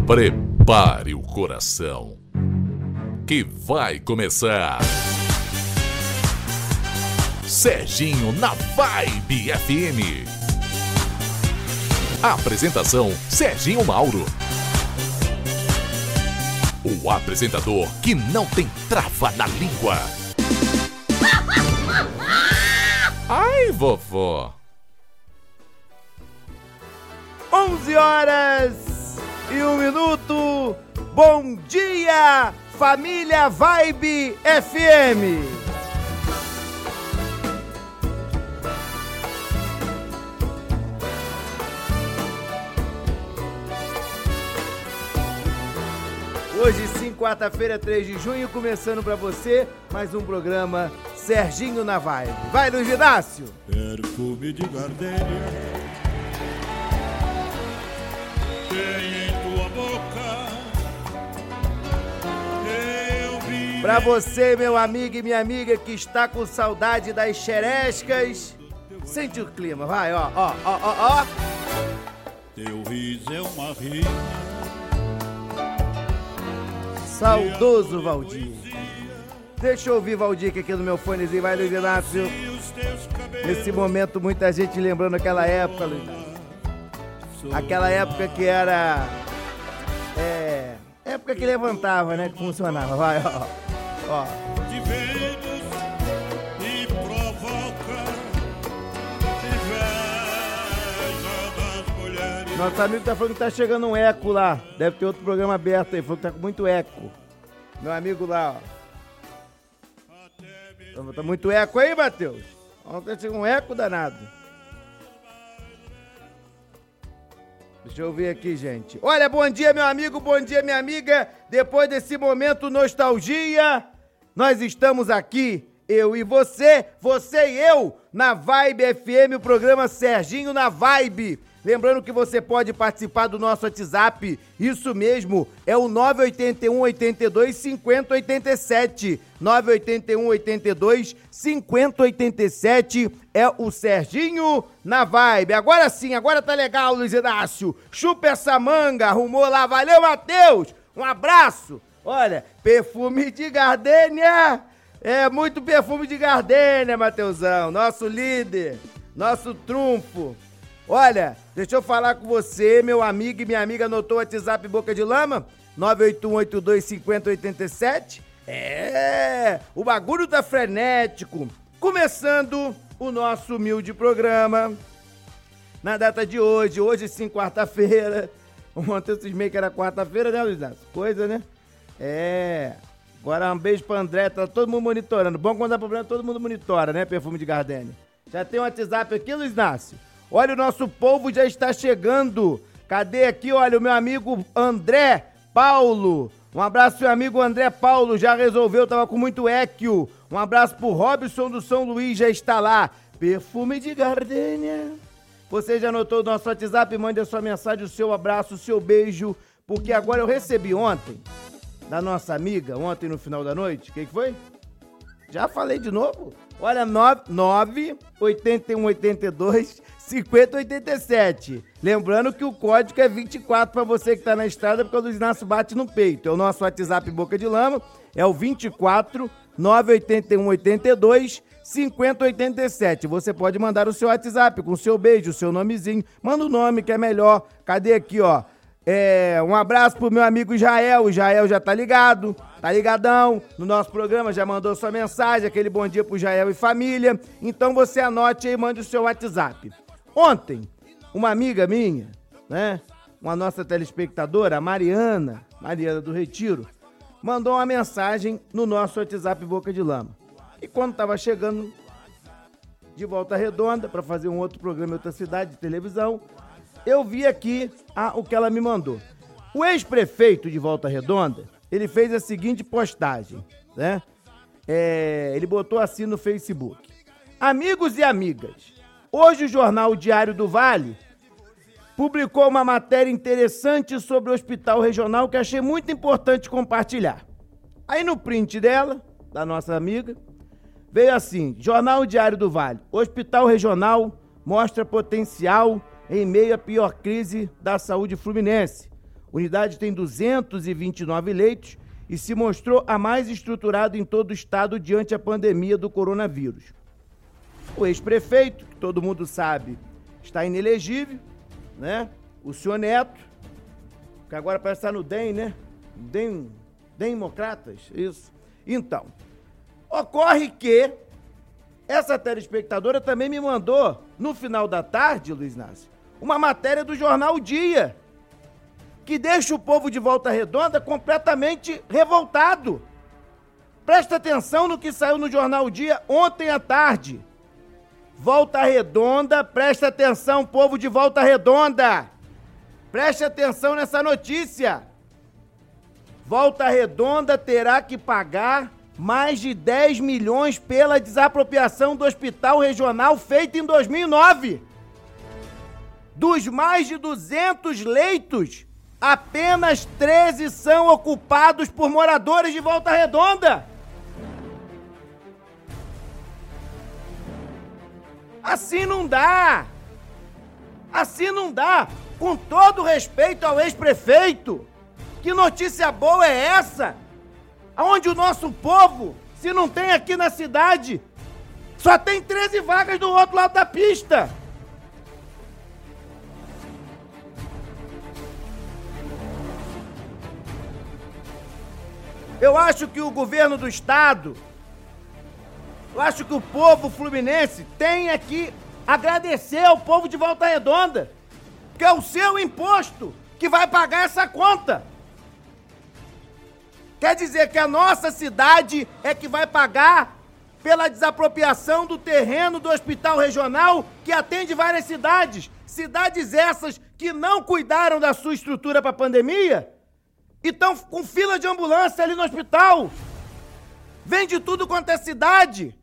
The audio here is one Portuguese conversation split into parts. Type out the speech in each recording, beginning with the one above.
Prepare o coração, que vai começar. Serginho na Vibe FM. Apresentação: Serginho Mauro. O apresentador que não tem trava na língua. Ai, vovó. 11h01. Bom dia, família Vibe FM. Hoje sim, quarta-feira, 3 de junho, começando pra você mais um programa Serginho na Vibe. Vai, Luiz Inácio! Perfume de gardenia tem em tua boca. Eu vi. Pra você, meu amigo e minha amiga que está com saudade das xerescas, sente o clima, vai, ó. Teu riso é uma rima. Saudoso Valdir. Deixa eu ouvir Valdir aqui no meu fonezinho, vai, Luiz Inácio. Nesse momento, muita gente lembrando aquela época, Luiz Inácio. Aquela época que era... época que levantava, né? Que funcionava, vai, ó. De Vênus e provoca inveja das mulheres. Nosso amigo tá falando que tá chegando um eco lá. Deve ter outro programa aberto aí. Falou que tá com muito eco. Meu amigo lá, ó. Tá muito eco aí, Matheus? Ontem tinha um eco danado. Deixa eu ver aqui, gente. Olha, bom dia, meu amigo, bom dia, minha amiga. Depois desse momento nostalgia, nós estamos aqui, eu e você e eu, na Vibe FM, o programa Serginho na Vibe. Lembrando que você pode participar do nosso WhatsApp, isso mesmo, é o 981 82 50 87. 981 82 50 87 é o Serginho na Vibe. Agora sim, agora tá legal, Luiz Inácio. Chupa essa manga, arrumou lá. Valeu, Matheus. Um abraço. Olha, perfume de gardênia. É muito perfume de gardênia, Matheusão. Nosso líder, nosso trunfo. Olha, deixa eu falar com você, meu amigo e minha amiga. Anotou o WhatsApp Boca de Lama? 981 82 50 87. O bagulho tá frenético. Começando o nosso humilde programa. Na data de hoje sim, quarta-feira. Ontem eu cismei que era quarta-feira, né, Luiz Inácio? Coisa, né? Agora um beijo pra André, tá todo mundo monitorando. Bom, quando dá problema, todo mundo monitora, né, perfume de gardênia. Já tem um WhatsApp aqui, Luiz Inácio? Olha, o nosso povo já está chegando. Cadê aqui? Olha, o meu amigo André Paulo. Um abraço, meu amigo André Paulo. Já resolveu, tava com muito eco. Um abraço pro Robson do São Luís, já está lá. Perfume de gardênia. Você já anotou o nosso WhatsApp? Mande a sua mensagem, o seu abraço, o seu beijo. Porque agora eu recebi ontem, da nossa amiga, ontem no final da noite. O que foi? Já falei de novo? Olha, 98182 5087. Lembrando que o código é 24 para você que tá na estrada, porque o Luiz Inácio bate no peito. É o nosso WhatsApp Boca de Lama, é o 24 98182 5087. Você pode mandar o seu WhatsApp com o seu beijo, o seu nomezinho. Manda o nome que é melhor. Cadê aqui, ó? Um abraço pro meu amigo Israel. O Israel já tá ligado, tá ligadão no nosso programa, já mandou sua mensagem, aquele bom dia pro Israel e família. Então você anote aí e mande o seu WhatsApp. Ontem, uma amiga minha, né, uma nossa telespectadora, a Mariana do Retiro, mandou uma mensagem no nosso WhatsApp Boca de Lama. E quando tava chegando de Volta Redonda para fazer um outro programa em outra cidade de televisão, eu vi aqui o que ela me mandou. O ex-prefeito de Volta Redonda, ele fez a seguinte postagem, né? Ele botou assim no Facebook. Amigos e amigas, hoje o jornal Diário do Vale publicou uma matéria interessante sobre o hospital regional que achei muito importante compartilhar. Aí no print dela, da nossa amiga, veio assim, Jornal Diário do Vale, hospital regional mostra potencial em meio à pior crise da saúde fluminense. Unidade tem 229 leitos e se mostrou a mais estruturada em todo o estado diante a pandemia do coronavírus. O ex-prefeito, que todo mundo sabe, está inelegível, né? O senhor Neto, que agora parece estar no DEM, né? Democratas, isso. Então, ocorre que essa telespectadora também me mandou, no final da tarde, Luiz Inácio, uma matéria do jornal O Dia, que deixa o povo de Volta Redonda completamente revoltado. Presta atenção no que saiu no jornal O Dia ontem à tarde. Volta Redonda, presta atenção, povo de Volta Redonda. Preste atenção nessa notícia. Volta Redonda terá que pagar mais de 10 milhões pela desapropriação do hospital regional feita em 2009. Dos mais de 200 leitos, apenas 13 são ocupados por moradores de Volta Redonda. Assim não dá. Assim não dá. Com todo respeito ao ex-prefeito, que notícia boa é essa? Aonde o nosso povo, se não tem aqui na cidade, só tem 13 vagas do outro lado da pista. Eu acho que o governo do estado, eu acho que o povo fluminense tem que agradecer ao povo de Volta Redonda, que é o seu imposto que vai pagar essa conta. Quer dizer que a nossa cidade é que vai pagar pela desapropriação do terreno do hospital regional que atende várias cidades. Cidades essas que não cuidaram da sua estrutura para a pandemia e estão com fila de ambulância ali no hospital. Vem de tudo quanto é cidade.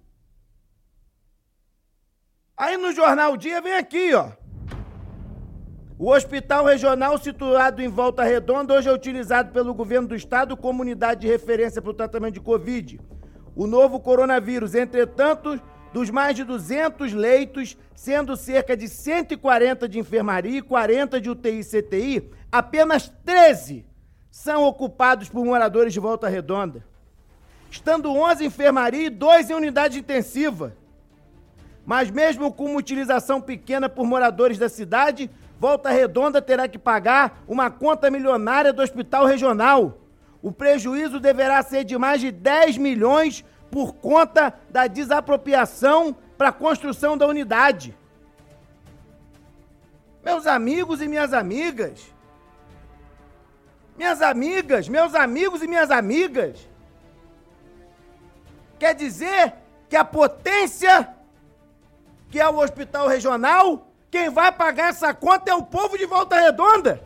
Aí no Jornal Dia vem aqui, ó. O hospital regional situado em Volta Redonda hoje é utilizado pelo governo do estado como unidade de referência para o tratamento de Covid. O novo coronavírus, entretanto, dos mais de 200 leitos, sendo cerca de 140 de enfermaria e 40 de UTI e CTI, apenas 13 são ocupados por moradores de Volta Redonda, estando 11 em enfermaria e 2 em unidade intensiva. Mas mesmo com uma utilização pequena por moradores da cidade, Volta Redonda terá que pagar uma conta milionária do hospital regional. O prejuízo deverá ser de mais de 10 milhões por conta da desapropriação para a construção da unidade. Meus amigos e minhas amigas, meus amigos e minhas amigas, quer dizer que a potência que é o hospital regional, quem vai pagar essa conta é o povo de Volta Redonda,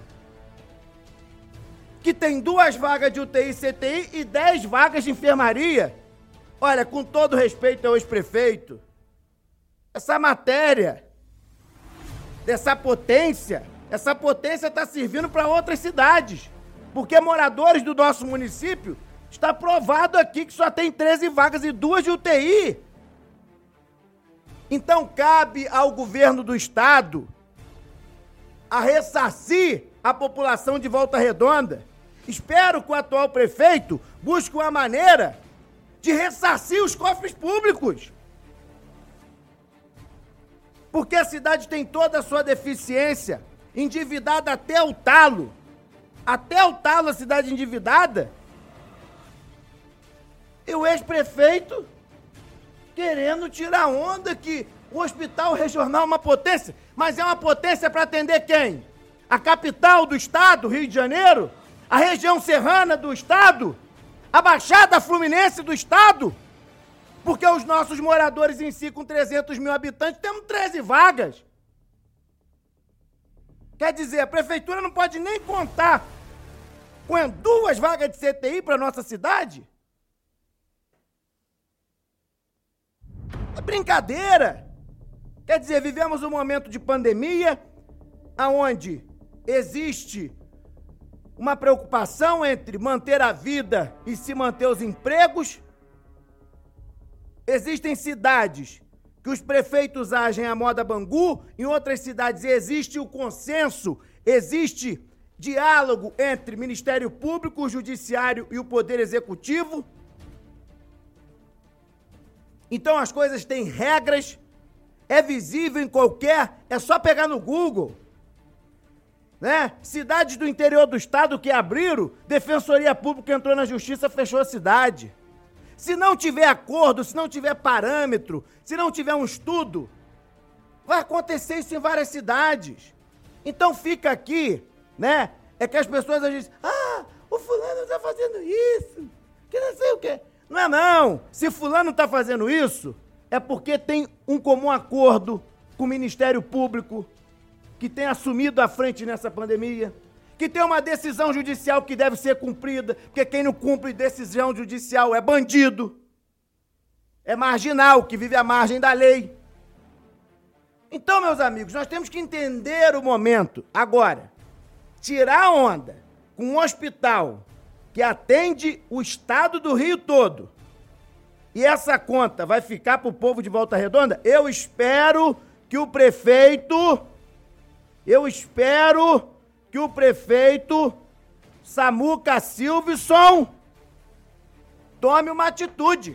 que tem 2 vagas de UTI e CTI e 10 vagas de enfermaria. Olha, com todo respeito ao ex-prefeito, essa matéria dessa potência, essa potência está servindo para outras cidades, porque moradores do nosso município, está provado aqui que só tem 13 vagas e 2 de UTI. Então cabe ao governo do estado a ressarcir a população de Volta Redonda. Espero que o atual prefeito busque uma maneira de ressarcir os cofres públicos. Porque a cidade tem toda a sua deficiência, endividada até o talo. Até o talo a cidade endividada. E o ex-prefeito querendo tirar onda que o hospital regional é uma potência, mas é uma potência para atender quem? A capital do estado, Rio de Janeiro? A região serrana do estado? A Baixada Fluminense do estado? Porque os nossos moradores em si, com 300 mil habitantes, temos 13 vagas. Quer dizer, a prefeitura não pode nem contar com 2 vagas de CTI para nossa cidade? É brincadeira. Quer dizer, vivemos um momento de pandemia, onde existe uma preocupação entre manter a vida e se manter os empregos. Existem cidades que os prefeitos agem à moda Bangu, em outras cidades existe o consenso, existe diálogo entre Ministério Público, o Judiciário e o Poder Executivo. Então as coisas têm regras, é visível em qualquer, é só pegar no Google, né? Cidades do interior do estado que abriram, Defensoria Pública entrou na Justiça, fechou a cidade. Se não tiver acordo, se não tiver parâmetro, se não tiver um estudo, vai acontecer isso em várias cidades. Então fica aqui, né? É que as pessoas às vezes, o fulano tá fazendo isso, que não sei o quê. Não é não. Se fulano tá fazendo isso, é porque tem um comum acordo com o Ministério Público, que tem assumido a frente nessa pandemia, que tem uma decisão judicial que deve ser cumprida, porque quem não cumpre decisão judicial é bandido, é marginal, que vive à margem da lei. Então, meus amigos, nós temos que entender o momento. Agora, tirar a onda com um hospital que atende o estado do Rio todo, e essa conta vai ficar pro povo de Volta Redonda, eu espero que o prefeito Samuca Silvison tome uma atitude.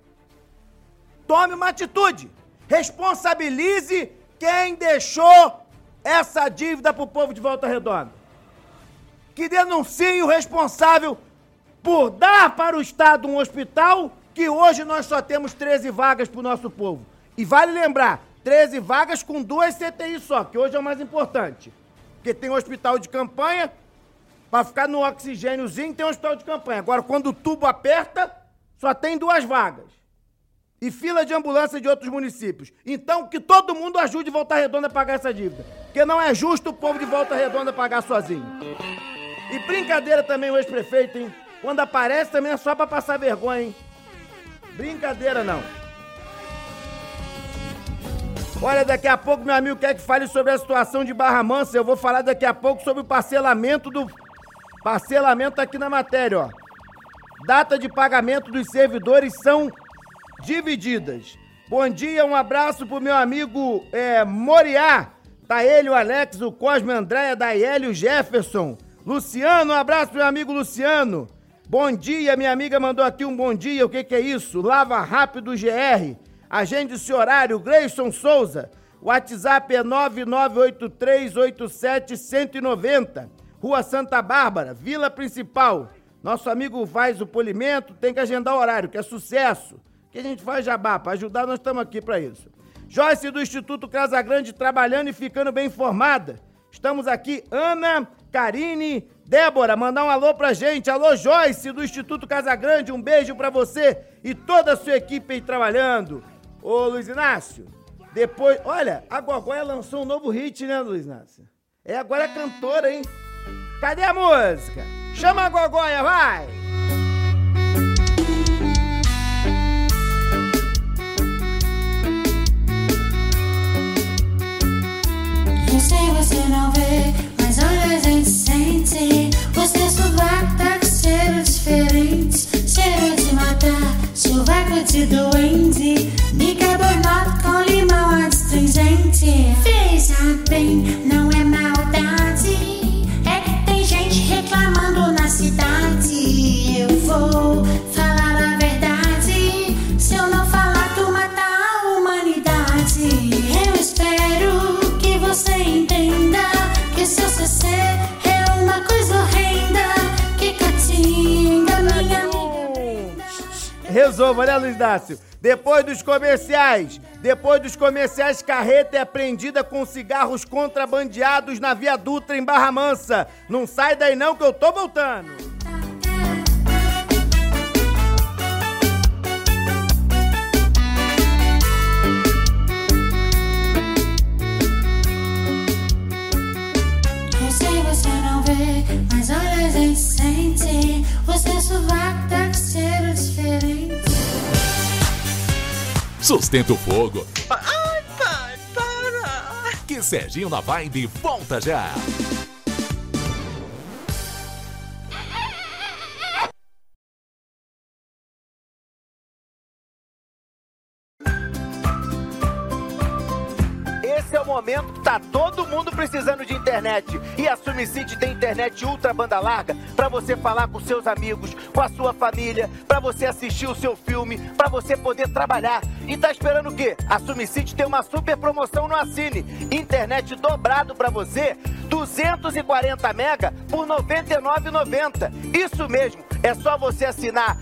Responsabilize quem deixou essa dívida pro povo de Volta Redonda. Que denuncie o responsável por dar para o Estado um hospital que hoje nós só temos 13 vagas pro nosso povo. E vale lembrar, 13 vagas com 2 CTI só, que hoje é o mais importante. Porque tem um hospital de campanha, para ficar no oxigêniozinho tem um hospital de campanha. Agora, quando o tubo aperta, só tem 2 vagas. E fila de ambulância de outros municípios. Então, que todo mundo ajude Volta Redonda a pagar essa dívida. Porque não é justo o povo de Volta Redonda pagar sozinho. E brincadeira também o ex-prefeito, hein? Quando aparece também é só pra passar vergonha, hein? Brincadeira não. Olha, daqui a pouco meu amigo quer que fale sobre a situação de Barra Mansa. Eu vou falar daqui a pouco sobre o parcelamento aqui na matéria, ó. Data de pagamento dos servidores são divididas. Bom dia, um abraço pro meu amigo Moriá. Tá ele, o Alex, o Cosme, a Andréia, a Daiele, o Jefferson. Luciano, um abraço pro meu amigo Luciano. Bom dia, minha amiga mandou aqui um bom dia. O que é isso? Lava Rápido GR. Agende o seu horário, Gleison Souza. O WhatsApp é 998387-190. Rua Santa Bárbara, Vila Principal. Nosso amigo faz o polimento, tem que agendar o horário, que é sucesso. Que a gente faz jabá, para ajudar nós estamos aqui para isso. Joyce do Instituto Casa Grande trabalhando e ficando bem informada. Estamos aqui, Ana, Karine, Débora, mandar um alô pra gente. Alô, Joyce do Instituto Casa Grande, um beijo pra você e toda a sua equipe aí trabalhando. Ô, Luiz Inácio, depois... Olha, a Gogóia lançou um novo hit, né, Luiz Inácio? Agora é cantora, hein? Cadê a música? Chama a Gogóia, vai! Eu sei você não vê, mas olha a gente sente. Você sovaco tá com cheiro diferente, cheiro de matar, sovaco de doente, bicarbonato com limão astringente. Veja bem, não é maldade, é que tem gente reclamando na cidade. Eu vou falar a verdade, se eu não falar tu mata a humanidade. Eu espero que você entenda que seu CC é uma coisa horrenda, que catinga minha amiga. Resolva, né, Luiz Dácio? Depois dos comerciais, carreta é apreendida com cigarros contrabandeados na Via Dutra, em Barra Mansa. Não sai daí não que eu tô voltando. Eu sei você não vê, mas olha a gente sente. Você sovaco tá com cheiro diferente. Sustenta o fogo. Ai, pai, para! Que Serginho na Vibe volta já. Esse é o momento momento, tá todo mundo precisando de internet. E a SumiCity tem internet ultra banda larga pra você falar com seus amigos, com a sua família, pra você assistir o seu filme, pra você poder trabalhar. E tá esperando o quê? A SumiCity tem uma super promoção no Assine. Internet dobrado pra você, 240 mega por R$ 99,90. Isso mesmo, é só você assinar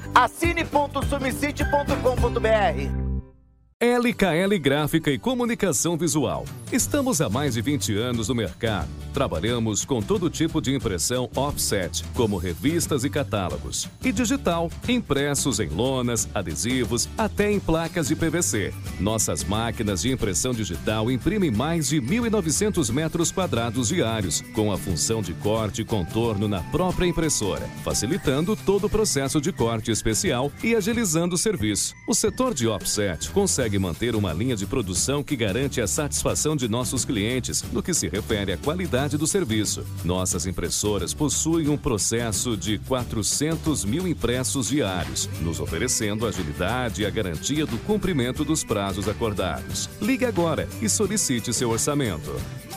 assine.sumicity.com.br. LKL Gráfica e Comunicação Visual. Estamos há mais de 20 anos no mercado. Trabalhamos com todo tipo de impressão offset, como revistas e catálogos. E digital, impressos em lonas, adesivos, até em placas de PVC. Nossas máquinas de impressão digital imprimem mais de 1.900 metros quadrados diários, com a função de corte e contorno na própria impressora, facilitando todo o processo de corte especial e agilizando o serviço. O setor de offset consegue manter uma linha de produção que garante a satisfação de nossos clientes no que se refere à qualidade do serviço. Nossas impressoras possuem um processo de 400 mil impressos diários, nos oferecendo agilidade e a garantia do cumprimento dos prazos acordados. Ligue agora e solicite seu orçamento.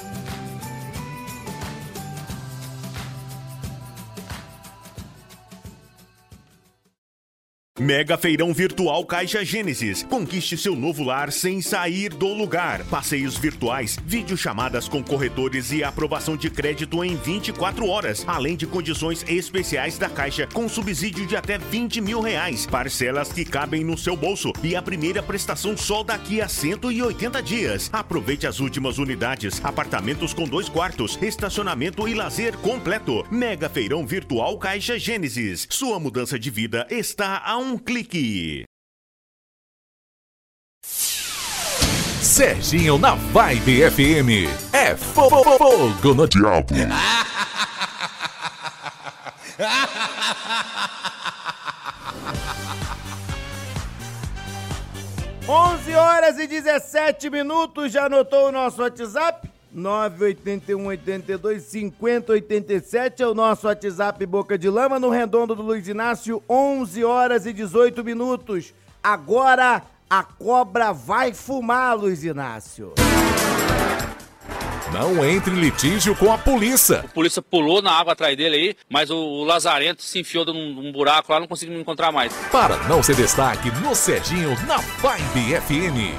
Mega Feirão Virtual Caixa Gênesis. Conquiste seu novo lar sem sair do lugar. Passeios virtuais, videochamadas com corretores e aprovação de crédito em 24 horas. Além de condições especiais da Caixa, com subsídio de até R$20 mil. Parcelas que cabem no seu bolso e a primeira prestação só daqui a 180 dias. Aproveite as últimas unidades. Apartamentos com 2 quartos, estacionamento e lazer completo. Mega Feirão Virtual Caixa Gênesis. Sua mudança de vida está a um clique. Serginho na Vibe FM. É fogo no diabo. 11h17. Já anotou o nosso WhatsApp? 981-82-50-87 é o nosso WhatsApp Boca de Lama, no Redondo do Luiz Inácio, 11h18. Agora a cobra vai fumar, Luiz Inácio. Não entre em litígio com a polícia. A polícia pulou na água atrás dele aí, mas o Lazarento se enfiou num buraco lá, não conseguimos encontrar mais. Para não ser destaque no Serginho na Vibe FM.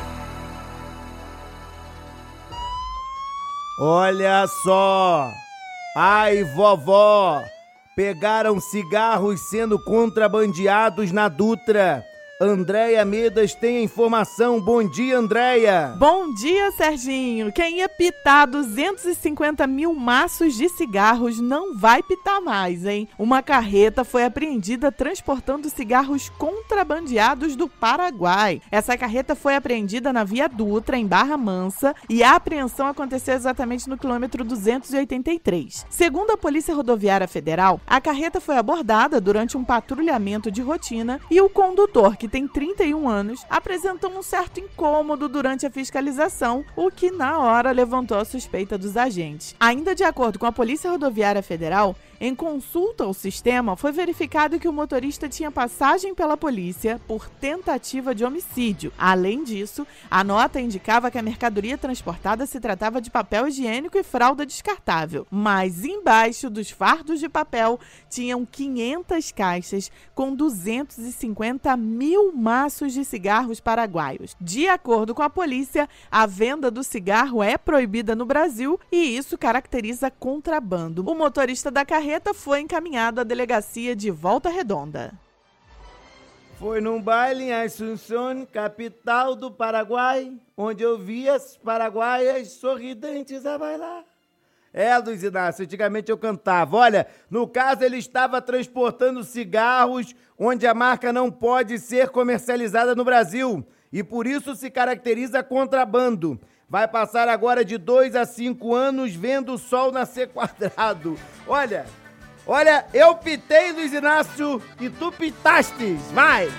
Olha só, ai vovó, pegaram cigarros sendo contrabandeados na Dutra. Andréia Medas tem a informação. Bom dia, Andréia. Bom dia, Serginho. Quem ia pitar 250 mil maços de cigarros não vai pitar mais, hein? Uma carreta foi apreendida transportando cigarros contrabandeados do Paraguai. Essa carreta foi apreendida na Via Dutra, em Barra Mansa, e a apreensão aconteceu exatamente no quilômetro 283. Segundo a Polícia Rodoviária Federal, a carreta foi abordada durante um patrulhamento de rotina e o condutor, que tem 31 anos, apresentou um certo incômodo durante a fiscalização, o que na hora levantou a suspeita dos agentes. Ainda de acordo com a Polícia Rodoviária Federal, em consulta ao sistema, foi verificado que o motorista tinha passagem pela polícia por tentativa de homicídio. Além disso, a nota indicava que a mercadoria transportada se tratava de papel higiênico e fralda descartável. Mas embaixo dos fardos de papel tinham 500 caixas com 250 mil maços de cigarros paraguaios. De acordo com a polícia, a venda do cigarro é proibida no Brasil e isso caracteriza contrabando. O motorista da carreta foi encaminhado à delegacia de Volta Redonda. Foi num baile em Assunção, capital do Paraguai, onde eu vi as paraguaias sorridentes a bailar. Luiz Inácio, antigamente eu cantava. Olha, no caso ele estava transportando cigarros onde a marca não pode ser comercializada no Brasil e por isso se caracteriza contrabando. Vai passar agora de 2 a 5 anos vendo o sol nascer quadrado. Olha, eu pitei, Luiz Inácio, e tu pitastes. Vai!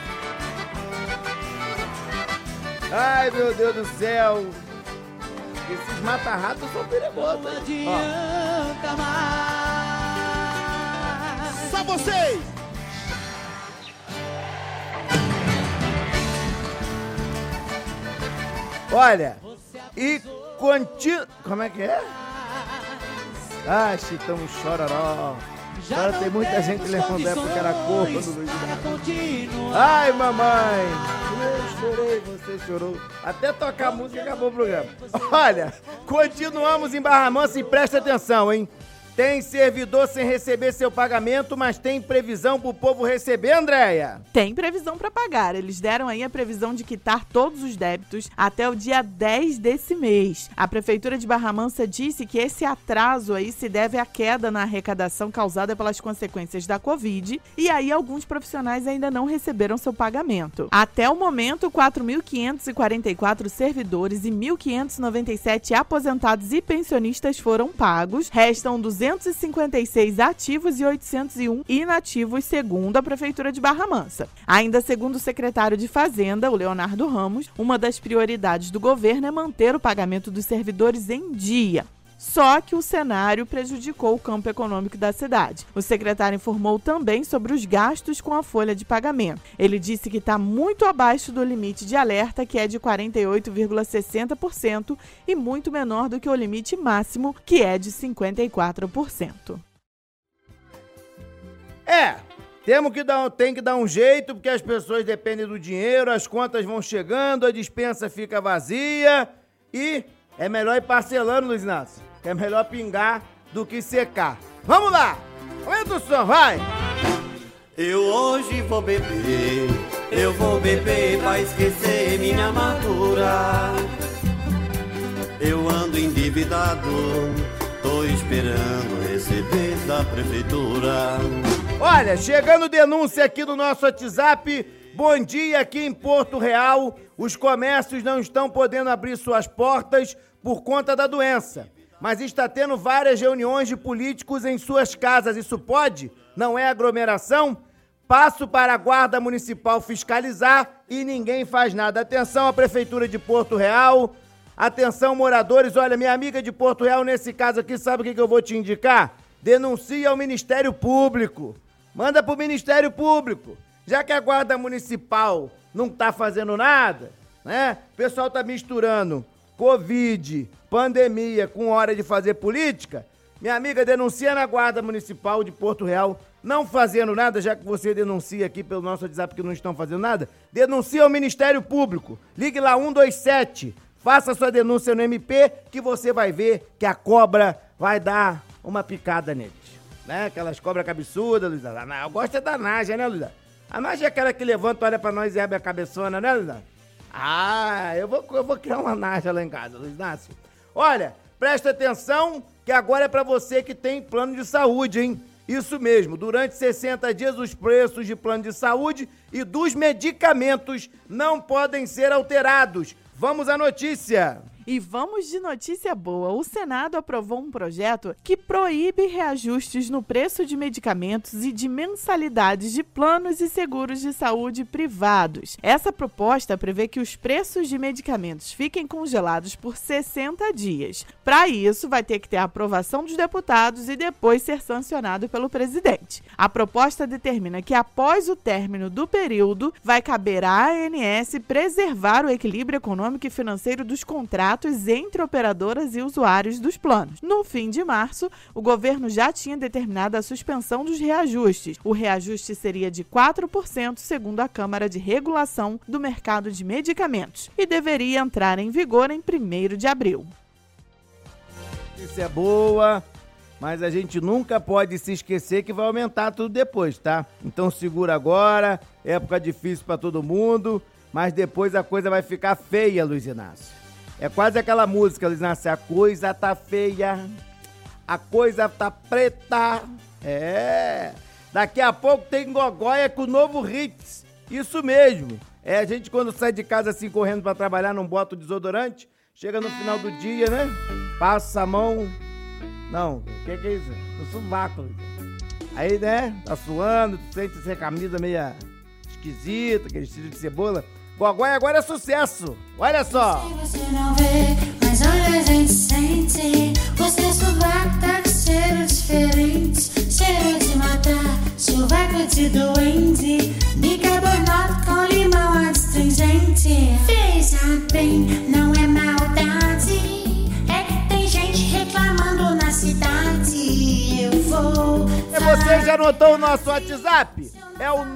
Ai, meu Deus do céu. Esses mata-ratos são perigosos. Não adianta mais. Só vocês! Olha, e Como é que é? Ah, Chitão Chororó. Agora tem muita gente levando porque era corpo do Luiz Inácio. Ai, mamãe. Eu chorei, você chorou. Até tocar a música acabou o programa. Olha, continuamos em Barra Mansa e presta atenção, hein? Tem servidor sem receber seu pagamento, mas tem previsão pro povo receber, Andréia? Tem previsão para pagar. Eles deram aí a previsão de quitar todos os débitos até o dia 10 desse mês. A Prefeitura de Barra Mansa disse que esse atraso aí se deve à queda na arrecadação causada pelas consequências da Covid, e aí alguns profissionais ainda não receberam seu pagamento. Até o momento, 4.544 servidores e 1.597 aposentados e pensionistas foram pagos. Restam 256 ativos e 801 inativos, segundo a Prefeitura de Barra Mansa. Ainda segundo o secretário de Fazenda, o Leonardo Ramos, uma das prioridades do governo é manter o pagamento dos servidores em dia. Só que o cenário prejudicou o campo econômico da cidade. O secretário informou também sobre os gastos com a folha de pagamento. Ele disse que está muito abaixo do limite de alerta, que é de 48,60%, e muito menor do que o limite máximo, que é de 54%. Tem que dar um jeito, porque as pessoas dependem do dinheiro, as contas vão chegando, a despensa fica vazia e é melhor ir parcelando, Luiz Inácio. É melhor pingar do que secar. Vamos lá! Aumenta o som, vai! Eu hoje vou beber, eu vou beber pra esquecer minha amargura. Eu ando endividado, tô esperando receber da prefeitura. Olha, chegando denúncia aqui no nosso WhatsApp. Bom dia, aqui em Porto Real, os comércios não estão podendo abrir suas portas por conta da doença. Mas está tendo várias reuniões de políticos em suas casas. Isso pode? Não é aglomeração? Passo para a Guarda Municipal fiscalizar e ninguém faz nada. Atenção à Prefeitura de Porto Real. Atenção, moradores. Olha, minha amiga de Porto Real, nesse caso aqui, sabe o que eu vou te indicar? Denuncie ao Ministério Público. Manda pro Ministério Público. Já que a Guarda Municipal não tá fazendo nada, né? O pessoal tá misturando Covid, pandemia com hora de fazer política. Minha amiga, denuncia na Guarda Municipal de Porto Real, não fazendo nada, já que você denuncia aqui pelo nosso WhatsApp que não estão fazendo nada, denuncia ao Ministério Público. Ligue lá 127, faça sua denúncia no MP, que você vai ver que a cobra vai dar uma picada nele, né? Aquelas cobras cabeçudas, Luiz. Eu gosto da Nádia, né, Luiz? A Nádia é aquela que levanta, olha pra nós e abre a cabeçona, né, Luiz? Ah, eu vou criar uma Nádia lá em casa, Luiz Inácio. Olha, presta atenção que agora é pra você que tem plano de saúde, hein? Isso mesmo, durante 60 dias os preços de plano de saúde e dos medicamentos não podem ser alterados. Vamos à notícia! E vamos de notícia boa. O Senado aprovou um projeto que proíbe reajustes no preço de medicamentos e de mensalidades de planos e seguros de saúde privados. Essa proposta prevê que os preços de medicamentos fiquem congelados por 60 dias. Para isso, vai ter que ter a aprovação dos deputados e depois ser sancionado pelo presidente. A proposta determina que após o término do período, vai caber à ANS preservar o equilíbrio econômico e financeiro dos contratos entre operadoras e usuários dos planos. No fim de março, o governo já tinha determinado a suspensão dos reajustes. O reajuste seria de 4%, segundo a Câmara de Regulação do Mercado de Medicamentos, e deveria entrar em vigor em 1º de abril. Isso é boa, mas a gente nunca pode se esquecer que vai aumentar tudo depois, tá? Então segura agora, época difícil pra todo mundo, mas depois a coisa vai ficar feia, Luiz Inácio. É quase aquela música, Luiz Inácio, a coisa tá feia, a coisa tá preta. É, daqui a pouco tem Gogóia com o novo Hits, isso mesmo. É, a gente quando sai de casa assim correndo pra trabalhar, não bota o desodorante, chega no final do dia, né? Passa a mão, não, o que é isso? No sovaco. Aí, né, tá suando, tu sente essa camisa meio esquisita, aquele estilo de cebola. Gogóia agora é sucesso, olha só. Você não vê, mas olha a gente sente. O seu sovaco tá com cheiro diferente, cheiro de matar, sovaco de doente. Bicarbonato com limão astringente. Veja bem, não é maldade, você já anotou o nosso WhatsApp? É o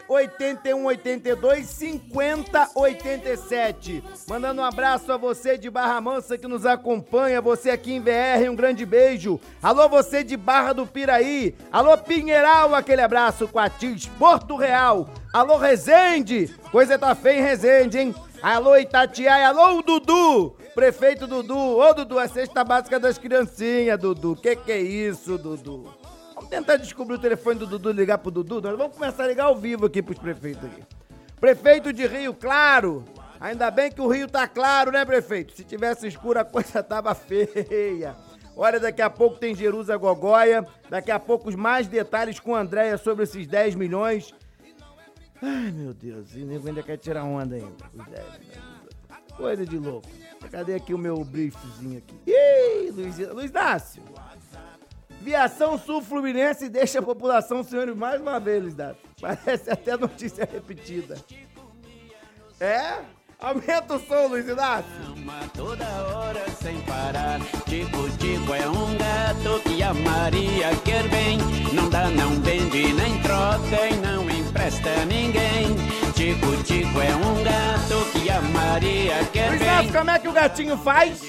981825087. Mandando um abraço a você de Barra Mansa que nos acompanha, você aqui em VR, um grande beijo. Alô, você de Barra do Piraí. Alô, Pinheiral, aquele abraço. Quatis, Porto Real. Alô, Resende. Coisa tá feia em Resende, hein? Alô, Itatiaia. Alô, Dudu. Prefeito Dudu. Ô, Dudu, a cesta básica das criancinhas, Dudu. Que é isso, Dudu? Vamos tentar descobrir o telefone do Dudu, ligar pro Dudu. Nós vamos começar a ligar ao vivo aqui pros prefeitos aqui. Prefeito de Rio Claro. Ainda bem que o Rio tá claro, né, prefeito? Se tivesse escuro a coisa tava feia. Olha, daqui a pouco tem Jerusa Gogóia. Daqui a pouco os mais detalhes com a Andréia sobre esses 10 milhões. Ai, meu Deus. E nego ainda quer tirar onda ainda. Coisa de louco. Cadê aqui o meu briefzinho aqui? Ih, Luiz Nácio. Viação Sul Fluminense deixa a população senhores mais uma vez, Luiz Nácio. Parece até notícia repetida. É? Aumenta o som, Luiz Inácio. Toda hora sem parar. Tico, Tico é um gato que a Maria quer bem. Não dá, não vende, nem troca e não empresta a ninguém. Tico, Tico é um gato que a Maria quer Luiz bem. Inácio, como é que o gatinho faz?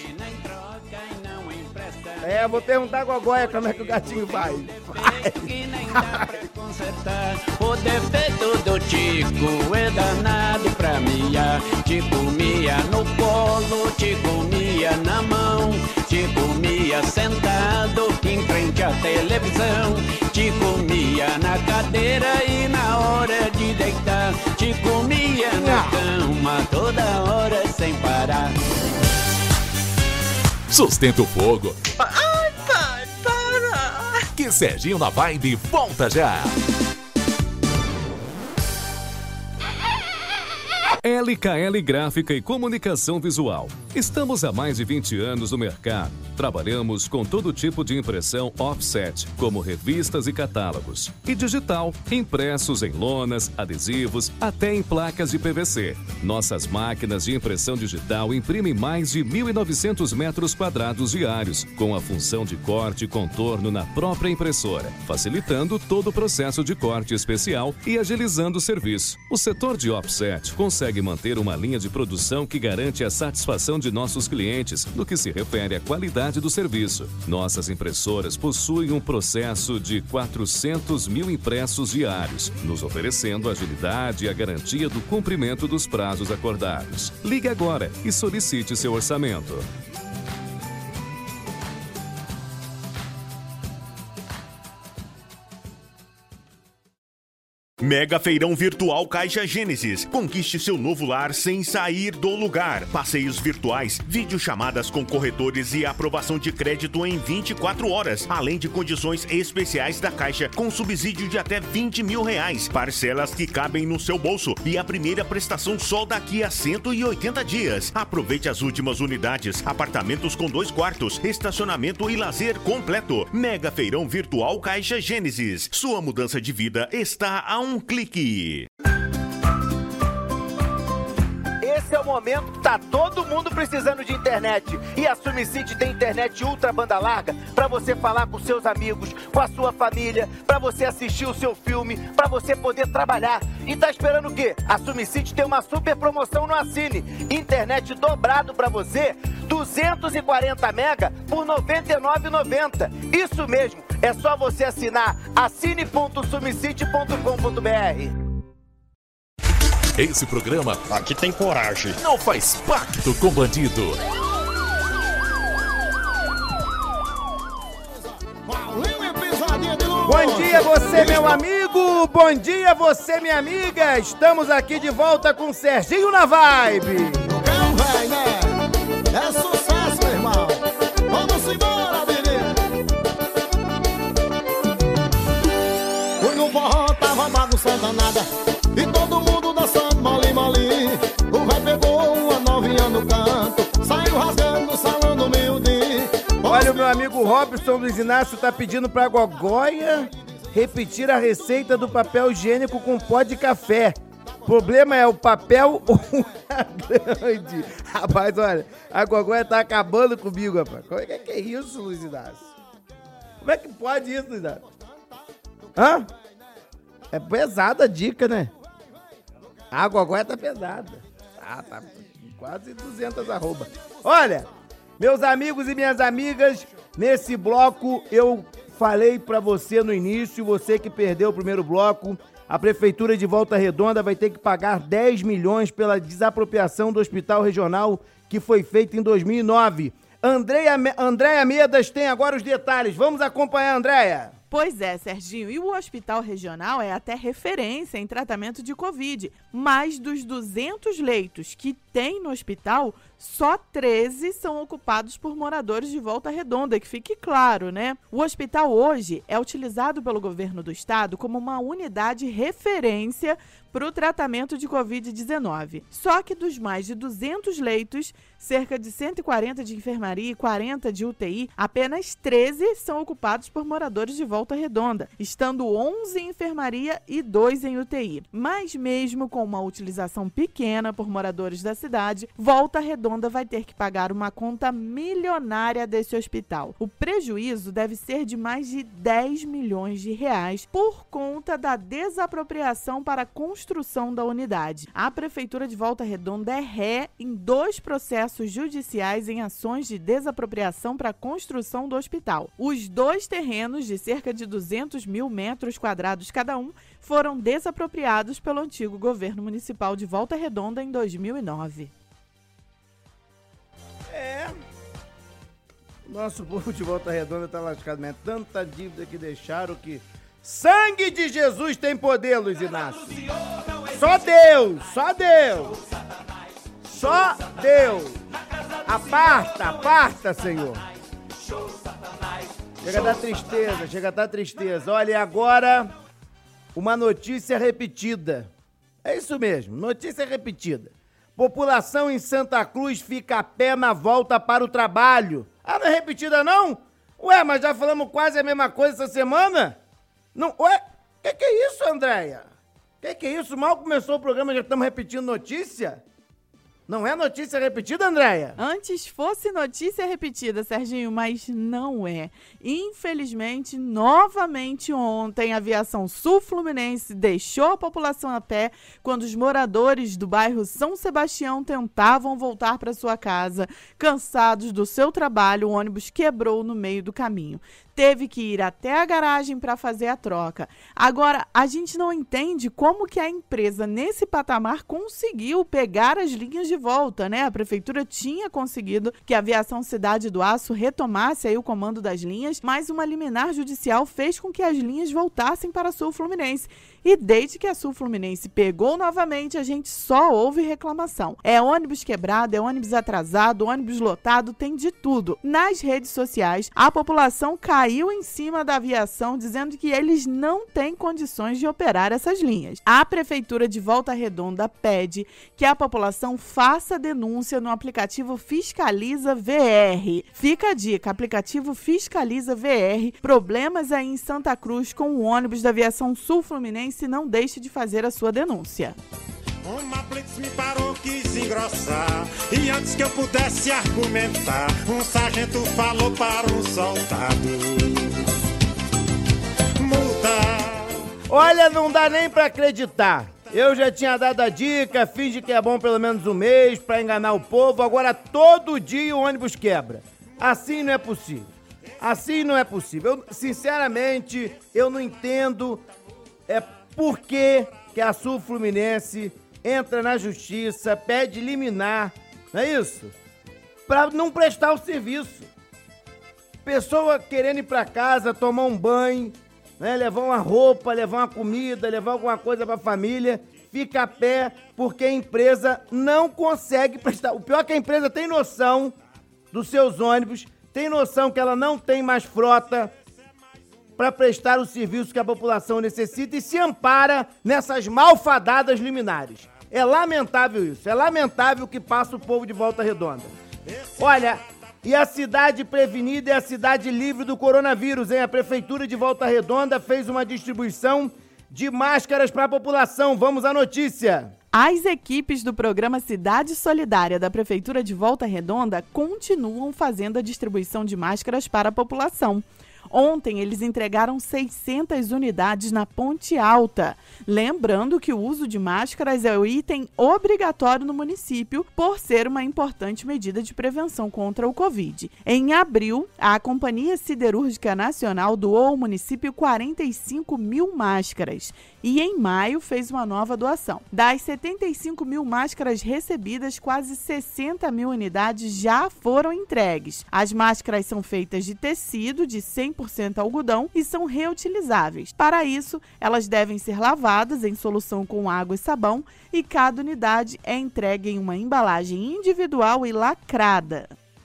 É, vou perguntar a Gogóia como é que o gatinho faz. Que nem dá pra consertar. O defeito do Tico é danado pra miar. Te comia no colo, te comia na mão. Te comia sentado em frente à televisão. Te comia na cadeira e na hora de deitar. Te comia na cama toda hora sem parar. Sustenta o fogo. Ai, pai, para! Que Serginho na Vibe volta já. LKL Gráfica e Comunicação Visual. Estamos há mais de 20 anos no mercado. Trabalhamos com todo tipo de impressão offset, como revistas e catálogos. E digital, impressos em lonas, adesivos, até em placas de PVC. Nossas máquinas de impressão digital imprimem mais de 1.900 metros quadrados diários, com a função de corte e contorno na própria impressora, facilitando todo o processo de corte especial e agilizando o serviço. O setor de offset consegue manter uma linha de produção que garante a satisfação de nossos clientes no que se refere à qualidade do serviço. Nossas impressoras possuem um processo de 400 mil impressos diários, nos oferecendo agilidade e a garantia do cumprimento dos prazos acordados. Ligue agora e solicite seu orçamento. Mega Feirão Virtual Caixa Gênesis. Conquiste seu novo lar sem sair do lugar. Passeios virtuais, videochamadas com corretores e aprovação de crédito em 24 horas. Além de condições especiais da Caixa, com subsídio de até R$20 mil. Parcelas que cabem no seu bolso. E a primeira prestação só daqui a 180 dias. Aproveite as últimas unidades. Apartamentos com 2 quartos, estacionamento e lazer completo. Mega Feirão Virtual Caixa Gênesis. Sua mudança de vida está a um clique. Esse é o momento que tá todo mundo precisando de internet. E a SumiCity tem internet ultra banda larga para você falar com seus amigos, com a sua família, para você assistir o seu filme, para você poder trabalhar. E tá esperando o quê? A SumiCity tem uma super promoção no Assine. Internet dobrado para você, 240 mega por R$ 99,90. Isso mesmo, é só você assinar assine.sumicity.com.br. Esse programa aqui tem coragem. Não faz pacto com bandido. Bom dia você, meu amigo. Bom dia você, minha amiga. Estamos aqui de volta com Serginho na Vibe. Não vai, né? É sucesso, meu irmão. Vamos embora, menino. Fui no forró, tava bagunçando a nada. E todo mundo dançando mole, mole. O vai pegou uma novinha no canto. Saiu rasgando no salão do meio-dia. Olha, o meu amigo Robson Luiz Inácio tá pedindo pra Gogóia repetir a receita do papel higiênico com pó de café. O problema é o papel grande. Rapaz, olha, a Gogóia tá acabando comigo, rapaz. Como é que é isso, Luiz Inácio? Como é que pode isso, Luiz Inácio? Hã? É pesada a dica, né? A água agora tá pesada. Tá quase 200 arroba. Olha, meus amigos e minhas amigas, nesse bloco eu falei pra você no início, você que perdeu o primeiro bloco, a Prefeitura de Volta Redonda vai ter que pagar 10 milhões pela desapropriação do Hospital Regional que foi feita em 2009. Andréia Medas tem agora os detalhes. Vamos acompanhar, Andréia. Pois é, Serginho, e o Hospital Regional é até referência em tratamento de Covid, mas dos 200 leitos que tem no hospital, só 13 são ocupados por moradores de Volta Redonda, que fique claro, né? O hospital hoje é utilizado pelo governo do estado como uma unidade referência para o tratamento de Covid-19. Só que dos mais de 200 leitos, cerca de 140 de enfermaria e 40 de UTI, apenas 13 são ocupados por moradores de Volta Redonda, estando 11 em enfermaria e 2 em UTI. Mas mesmo com uma utilização pequena por moradores da cidade, Volta Redonda vai ter que pagar uma conta milionária desse hospital. O prejuízo deve ser de mais de 10 milhões de reais por conta da desapropriação para a construção da unidade. A Prefeitura de Volta Redonda é ré em 2 processos judiciais em ações de desapropriação para a construção do hospital. Os 2 terrenos, de cerca de 200 mil metros quadrados cada um, foram desapropriados pelo antigo governo municipal de Volta Redonda em 2009. Nosso povo de Volta Redonda tá lascado, mas é tanta dívida que deixaram que... Sangue de Jesus tem poder, Luiz Inácio. Só Deus, só Deus. Só Deus. Aparta, Senhor. Chega a dar tristeza. Olha, e agora, uma notícia repetida. É isso mesmo, notícia repetida. População em Santa Cruz fica a pé na volta para o trabalho. Ah, não é repetida não? Ué, mas já falamos quase a mesma coisa essa semana? Não, ué, que é isso, Andréia? Que é isso? Mal começou o programa, já estamos repetindo notícia? Não é notícia repetida, Andréia? Antes fosse notícia repetida, Serginho, mas não é. Infelizmente, novamente ontem, a aviação sul-fluminense deixou a população a pé quando os moradores do bairro São Sebastião tentavam voltar para sua casa. Cansados do seu trabalho, o ônibus quebrou no meio do caminho. Teve que ir até a garagem para fazer a troca. Agora, a gente não entende como que a empresa, nesse patamar, conseguiu pegar as linhas de volta, né? A prefeitura tinha conseguido que a Aviação Cidade do Aço retomasse aí o comando das linhas, mas uma liminar judicial fez com que as linhas voltassem para a Sul Fluminense. E desde que a Sul Fluminense pegou novamente, a gente só ouve reclamação. É ônibus quebrado, é ônibus atrasado, ônibus lotado, tem de tudo. Nas redes sociais, a população caiu em cima da aviação, dizendo que eles não têm condições de operar essas linhas. A Prefeitura de Volta Redonda pede que a população faça denúncia no aplicativo Fiscaliza VR. Fica a dica, aplicativo Fiscaliza VR. Problemas aí em Santa Cruz com o ônibus da aviação Sul Fluminense, não deixe de fazer a sua denúncia. Uma blitz me parou, quis engrossar, e antes que eu pudesse argumentar, um sargento falou para um soldado: multa. Olha, não dá nem pra acreditar. Eu já tinha dado a dica, finge que é bom pelo menos um mês pra enganar o povo, agora todo dia o ônibus quebra. Assim não é possível. Assim não é possível. Sinceramente, eu não entendo por que a Sul Fluminense entra na justiça, pede liminar, não é isso? Pra não prestar o serviço. Pessoa querendo ir pra casa, tomar um banho, né, levar uma roupa, levar uma comida, levar alguma coisa pra família, fica a pé porque a empresa não consegue prestar. O pior é que a empresa tem noção dos seus ônibus, tem noção que ela não tem mais frota para prestar o serviço que a população necessita e se ampara nessas malfadadas liminares. É lamentável isso, é lamentável o que passa o povo de Volta Redonda. Olha, e a cidade prevenida é a cidade livre do coronavírus, hein? A Prefeitura de Volta Redonda fez uma distribuição de máscaras para a população. Vamos à notícia. As equipes do programa Cidade Solidária da Prefeitura de Volta Redonda continuam fazendo a distribuição de máscaras para a população. Ontem, eles entregaram 600 unidades na Ponte Alta. Lembrando que o uso de máscaras é o item obrigatório no município, por ser uma importante medida de prevenção contra o Covid. Em abril, a Companhia Siderúrgica Nacional doou ao município 45 mil máscaras e em maio fez uma nova doação. Das 75 mil máscaras recebidas, quase 60 mil unidades já foram entregues. As máscaras são feitas de tecido de 100% algodão e são reutilizáveis. Para isso, elas devem ser lavadas em solução com água e sabão e cada unidade é entregue em uma embalagem individual e lacrada.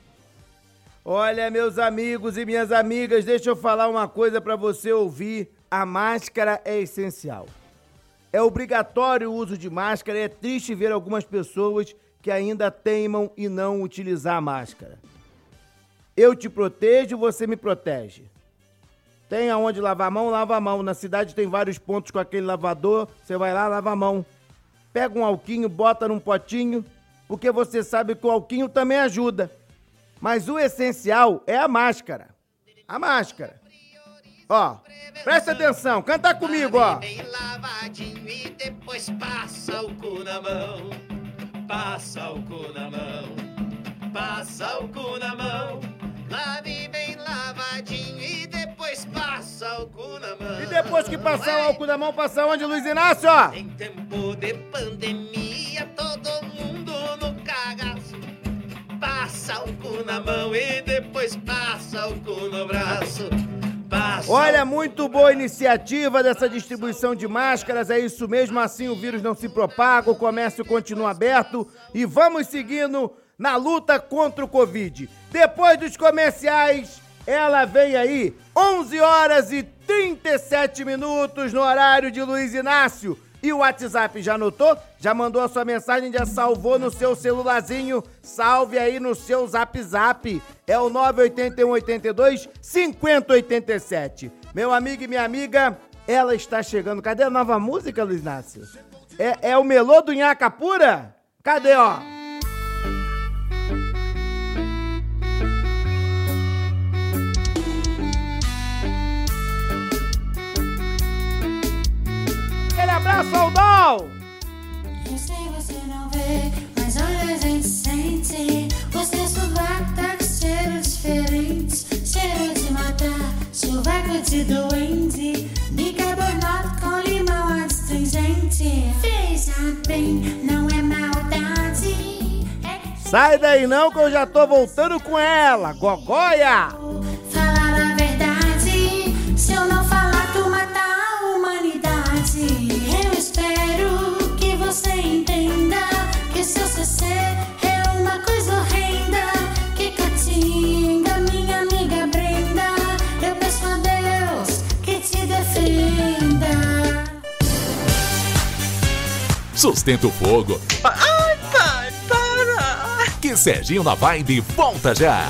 Olha, meus amigos e minhas amigas, deixa eu falar uma coisa para você ouvir. A máscara é essencial. É obrigatório o uso de máscara e é triste ver algumas pessoas que ainda teimam em não utilizar a máscara. Eu te protejo, você me protege. Tem aonde lavar a mão, lava a mão. Na cidade tem vários pontos com aquele lavador, você vai lá, lava a mão. Pega um alquinho, bota num potinho, porque você sabe que o alquinho também ajuda. Mas o essencial é a máscara. A máscara. Ó, presta atenção, canta comigo, ó. Bem lavadinho e depois passa o cu na mão. Passa o cu na mão. Passa o cu na mão. Lave bem lavadinho e depois passa o cu na mão. E depois que passar o álcool na mão, passa onde, Luiz Inácio? Em tempo de pandemia, todo mundo no cagaço. Passa o cu na mão e depois passa o cu no braço. Olha, muito boa iniciativa dessa distribuição de máscaras, é isso mesmo, assim o vírus não se propaga, o comércio continua aberto e vamos seguindo na luta contra o Covid. Depois dos comerciais, ela vem aí, 11 horas e 37 minutos no horário de Luiz Inácio. E o WhatsApp já anotou? Já mandou a sua mensagem, já salvou no seu celularzinho? Salve aí no seu Zap Zap. É o 98182-5087. Meu amigo e minha amiga, ela está chegando. Cadê a nova música, Luiz Inácio? É o Melô do Nhaca Pura? Cadê, ó? Abraço, Aldão! Eu sei você não vê, mas olha a gente sente. O seu sovaco tá com cheiro diferente, cheiro de matar, sovaco de doente, bicarbonato com limão astringente. Veja bem, não é maldade. Sai daí não que eu já tô voltando com ela, Gogóia! Falar a verdade, se eu não falar tu mata a humanidade. Eu espero que você entenda que seu CC é uma coisa horrenda. Que Catinga, minha amiga Brenda, eu peço a Deus que te defenda. Sustenta o fogo. Ai, pai, para! Que Serginho na Vibe volta já.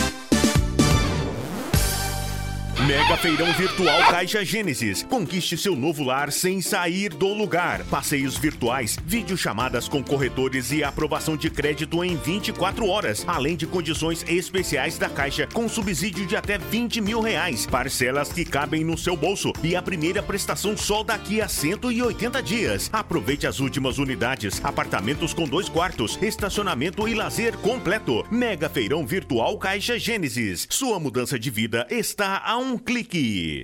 Mega Feirão Virtual Caixa Gênesis. Conquiste seu novo lar sem sair do lugar. Passeios virtuais, videochamadas com corretores e aprovação de crédito em 24 horas. Além de condições especiais da Caixa, com subsídio de até R$20 mil. Parcelas que cabem no seu bolso. E a primeira prestação só daqui a 180 dias. Aproveite as últimas unidades. Apartamentos com 2 quartos, estacionamento e lazer completo. Mega Feirão Virtual Caixa Gênesis. Sua mudança de vida está a um clique.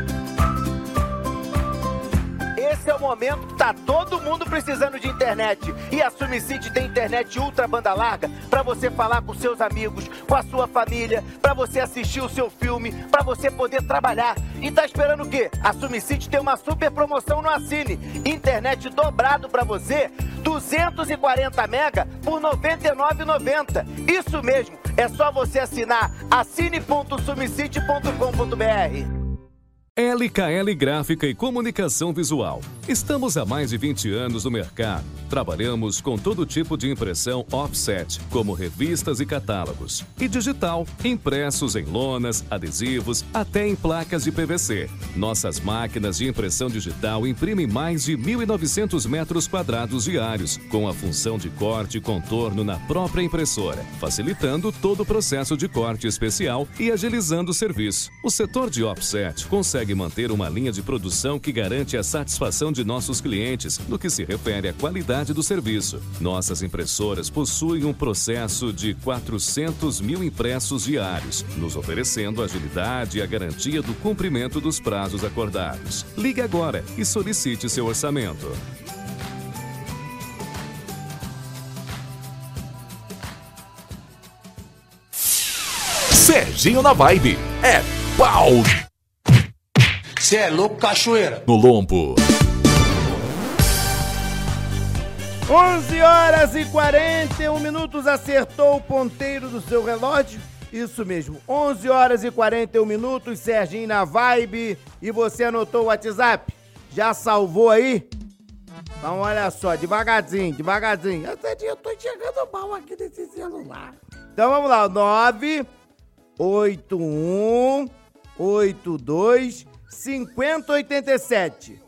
Esse é o momento que tá todo mundo precisando de internet. E a Sumicity tem internet ultra banda larga para você falar com seus amigos, com a sua família, para você assistir o seu filme, para você poder trabalhar. E tá esperando o quê? A Sumicity tem uma super promoção no Assine. Internet dobrado para você, 240 mega por R$ 99,90. Isso mesmo, é só você assinar assine.sumicity.com.br. LKL Gráfica e Comunicação Visual. Estamos há mais de 20 anos no mercado. Trabalhamos com todo tipo de impressão offset, como revistas e catálogos. E digital, impressos em lonas, adesivos, até em placas de PVC. Nossas máquinas de impressão digital imprimem mais de 1.900 metros quadrados diários, com a função de corte e contorno na própria impressora, facilitando todo o processo de corte especial e agilizando o serviço. O setor de offset consegue manter uma linha de produção que garante a satisfação de nossos clientes no que se refere à qualidade do serviço. Nossas impressoras possuem um processo de 400 mil impressos diários, nos oferecendo agilidade e a garantia do cumprimento dos prazos acordados. Ligue agora e solicite seu orçamento. Serginho na Vibe. É pau! Cê é louco, cachoeira. No lombo. 11h41, acertou o ponteiro do seu relógio? Isso mesmo, 11h41, Serginho na Vibe. E você anotou o WhatsApp? Já salvou aí? Então olha só, devagarzinho. Eu tô enxergando mal aqui nesse celular. Então vamos lá, 98182 5087.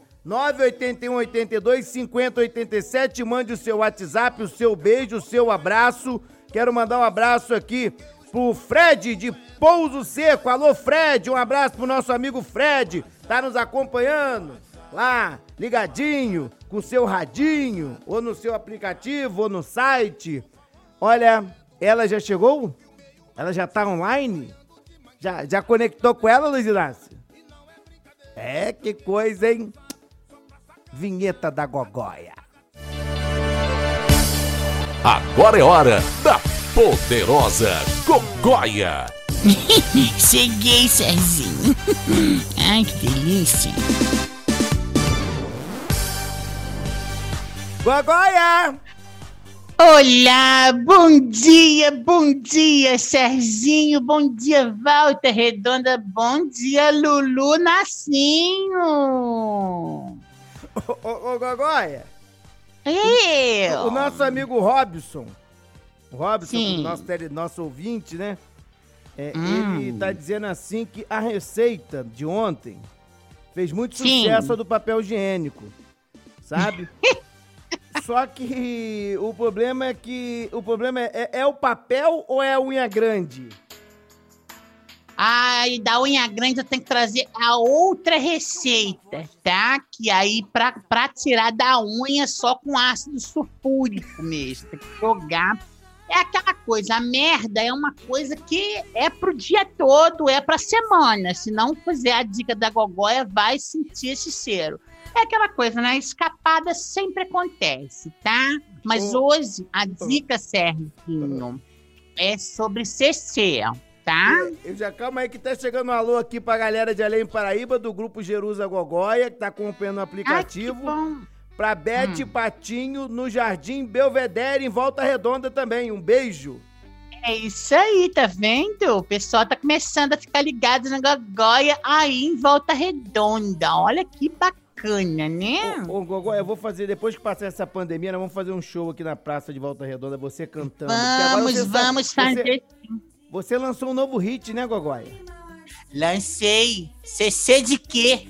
981825087. Mande o seu WhatsApp, o seu beijo, o seu abraço. Quero mandar um abraço aqui pro Fred de Pouso Seco. Alô, Fred, um abraço pro nosso amigo Fred. Tá nos acompanhando lá, ligadinho, com o seu radinho, ou no seu aplicativo, ou no site. Olha, ela já chegou? Ela já tá online? Já conectou com ela, Luiz Inácio? É, que coisa, hein? Vinheta da Gogóia. Agora é hora da poderosa Gogóia. Cheguei, Serginho. Ai, que delícia. Gogóia! Olá, bom dia, Serginho, bom dia, Walter Redonda, bom dia, Lulu Nascinho. Ô, Gogóia. Eu. O nosso amigo Robson, nosso ouvinte, né? Ele tá dizendo assim que a receita de ontem fez muito sucesso a do papel higiênico, sabe? Só que o problema é o papel ou é a unha grande? E da unha grande eu tenho que trazer a outra receita, tá? Que aí pra tirar da unha só com ácido sulfúrico mesmo. Tem que jogar. É aquela coisa, a merda é uma coisa que é pro dia todo, é pra semana. Se não fizer a dica da Gogóia, vai sentir esse cheiro. É aquela coisa, né? Escapada sempre acontece, tá? Mas hoje a dica, Serginho, é sobre CC, tá? Calma aí que tá chegando um alô aqui pra galera de Além Paraíba, do grupo Jerusa Gogóia, que tá acompanhando o aplicativo. Pra Bete Patinho, no Jardim Belvedere, em Volta Redonda também. Um beijo. É isso aí, tá vendo? O pessoal tá começando a ficar ligado na Gogóia aí em Volta Redonda. Olha que bacana. Né? Ô, Gogóia, eu vou fazer, depois que passar essa pandemia, nós vamos fazer um show aqui na Praça de Volta Redonda, você cantando. Vamos fazer. Você lançou um novo hit, né, Gogóia? Lancei. CC de quê?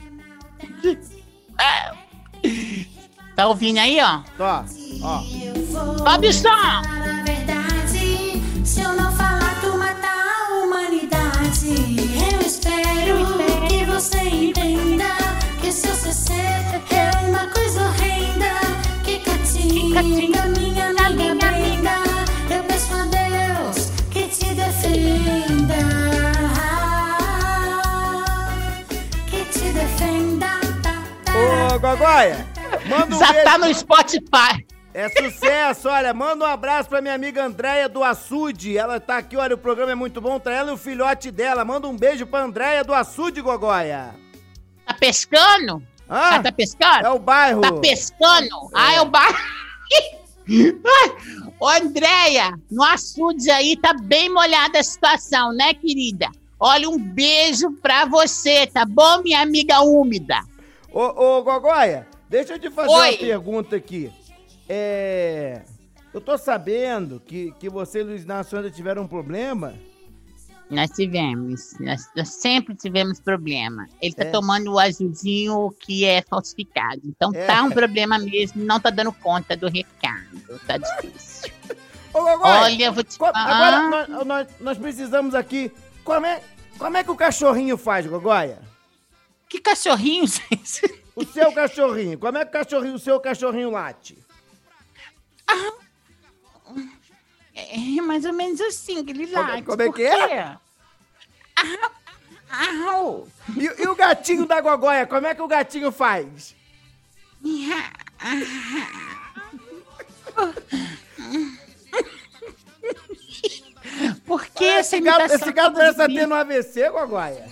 Tá ouvindo aí, ó? Ó. Sobe o som! Na verdade, se eu não falar, tu mata a humanidade. Eu espero que você entenda que seu CC é uma coisa horrenda. Que catinga, minha amiga. Eu peço a Deus que te defenda. Que te defenda. Ô, Gogóia, manda um já beijo. Tá no Spotify. É sucesso, olha, manda um abraço pra minha amiga Andréia do Açude. Ela tá aqui, olha, o programa é muito bom pra ela e o filhote dela. Manda um beijo pra Andréia do Açude, Gogóia. Tá pescando? Tá pescando? É o bairro. Tá pescando? É o bairro. Ô, Andréia, no açude aí tá bem molhada a situação, né, querida? Olha, um beijo pra você, tá bom, minha amiga úmida? Ô, Gogóia, deixa eu te fazer Oi. uma pergunta aqui. Eu tô sabendo que você e Luiz Inácio ainda tiveram um problema. Nós sempre tivemos problema. Ele tá tomando o azulzinho que é falsificado. Então tá um problema mesmo, não tá dando conta do recado. Tá difícil. Ô, Gogóia, olha, eu vou te falar. Agora nós precisamos aqui. Como é que o cachorrinho faz, Gogóia? Que cachorrinho, gente? O seu cachorrinho. Como é que o seu cachorrinho late? É mais ou menos assim que ele late. Como é que é? E o gatinho da Gogóia, como é que o gatinho faz? Por que essa imitação? Esse gato parece estar tendo um AVC, Gogóia?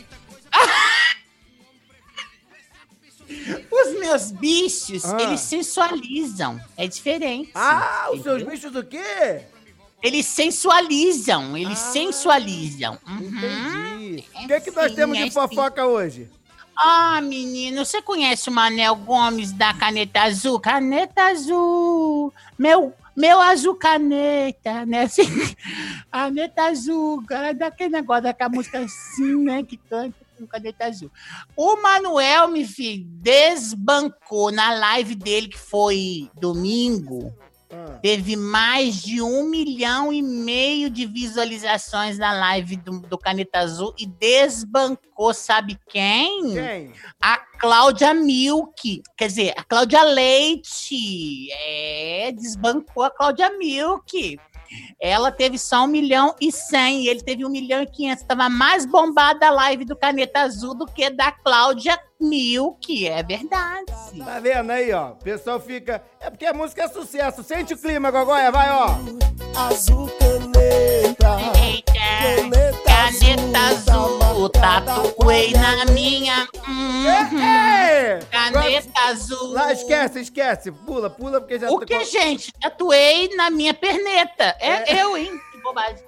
Os meus bichos, eles sensualizam. É diferente. Os seus bichos o quê? Eles sensualizam. Sensualizam. Entendi. O que nós temos de fofoca hoje? Menino, você conhece o Manel Gomes da Caneta Azul? Caneta Azul, meu azul caneta, né? Assim, caneta azul, cara, daquele negócio, daquela música assim, né? Que canta com caneta azul. O Manuel, meu filho, desbancou na live dele, que foi domingo. Teve mais de 1,5 milhão de visualizações na live do Caneta Azul e desbancou, sabe quem? Quem? A Cláudia Milk, quer dizer, a Cláudia Leite. Desbancou a Cláudia Milk. Ela teve só 1,1 milhão e ele teve 1,5 milhão. Tava mais bombada a live do Caneta Azul do que da Cláudia Milk, é verdade. Tá vendo aí, ó? O pessoal fica... É porque a música é sucesso. Sente o clima, Gogóia, vai, ó. Azul caneta. Caneta azul, tatuei na minha. Caneta azul. Lá, esquece. Pula, porque já... O que, gente? Tatuei na minha perneta. Eu, hein? Que bobagem.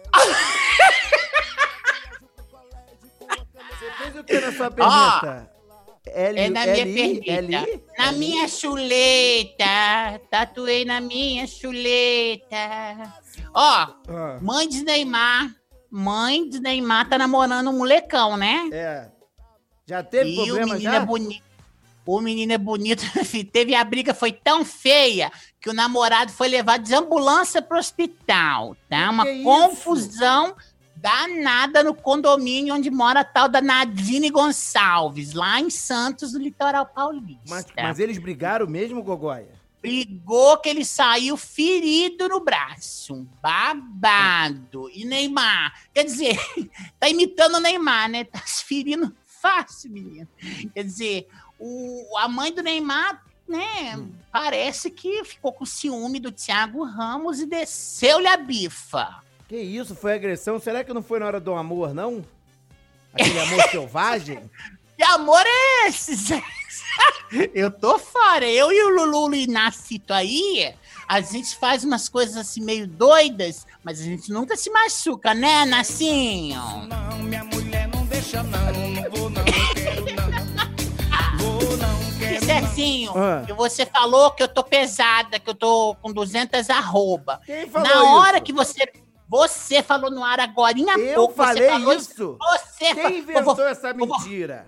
Você fez o que na sua perneta? Na minha perneta. Na minha chuleta. Tatuei na minha chuleta. Mãe de Neymar. Mãe de Neymar tá namorando um molecão, né? Já teve problema, já? O menino é bonito. Teve a briga, foi tão feia que o namorado foi levado de ambulância pro hospital, tá? Uma confusão danada no condomínio onde mora a tal da Nadine Gonçalves, lá em Santos, no litoral paulista. Mas eles brigaram mesmo, Gogóia? Brigou que ele saiu ferido no braço. Um babado. E Neymar, quer dizer, tá imitando o Neymar, né? Tá se ferindo fácil, menino. Quer dizer, a mãe do Neymar, né, parece que ficou com ciúme do Thiago Ramos e desceu-lhe a bifa. Que isso? Foi agressão? Será que não foi na hora do amor, não? Aquele amor selvagem? Que amor é esse, gente? Eu tô fora. Eu e o Lulu Inácito aí, a gente faz umas coisas assim meio doidas, mas a gente nunca se machuca, né, Nacinho? Não, minha mulher não deixa não vou não, quero não. Vou não, quero Serginho, que você falou que eu tô pesada, que eu tô com 200 arroba. Quem falou Na hora isso? que você falou no ar agorinha há Eu pouco. falei você falou isso? Você Quem inventou essa mentira?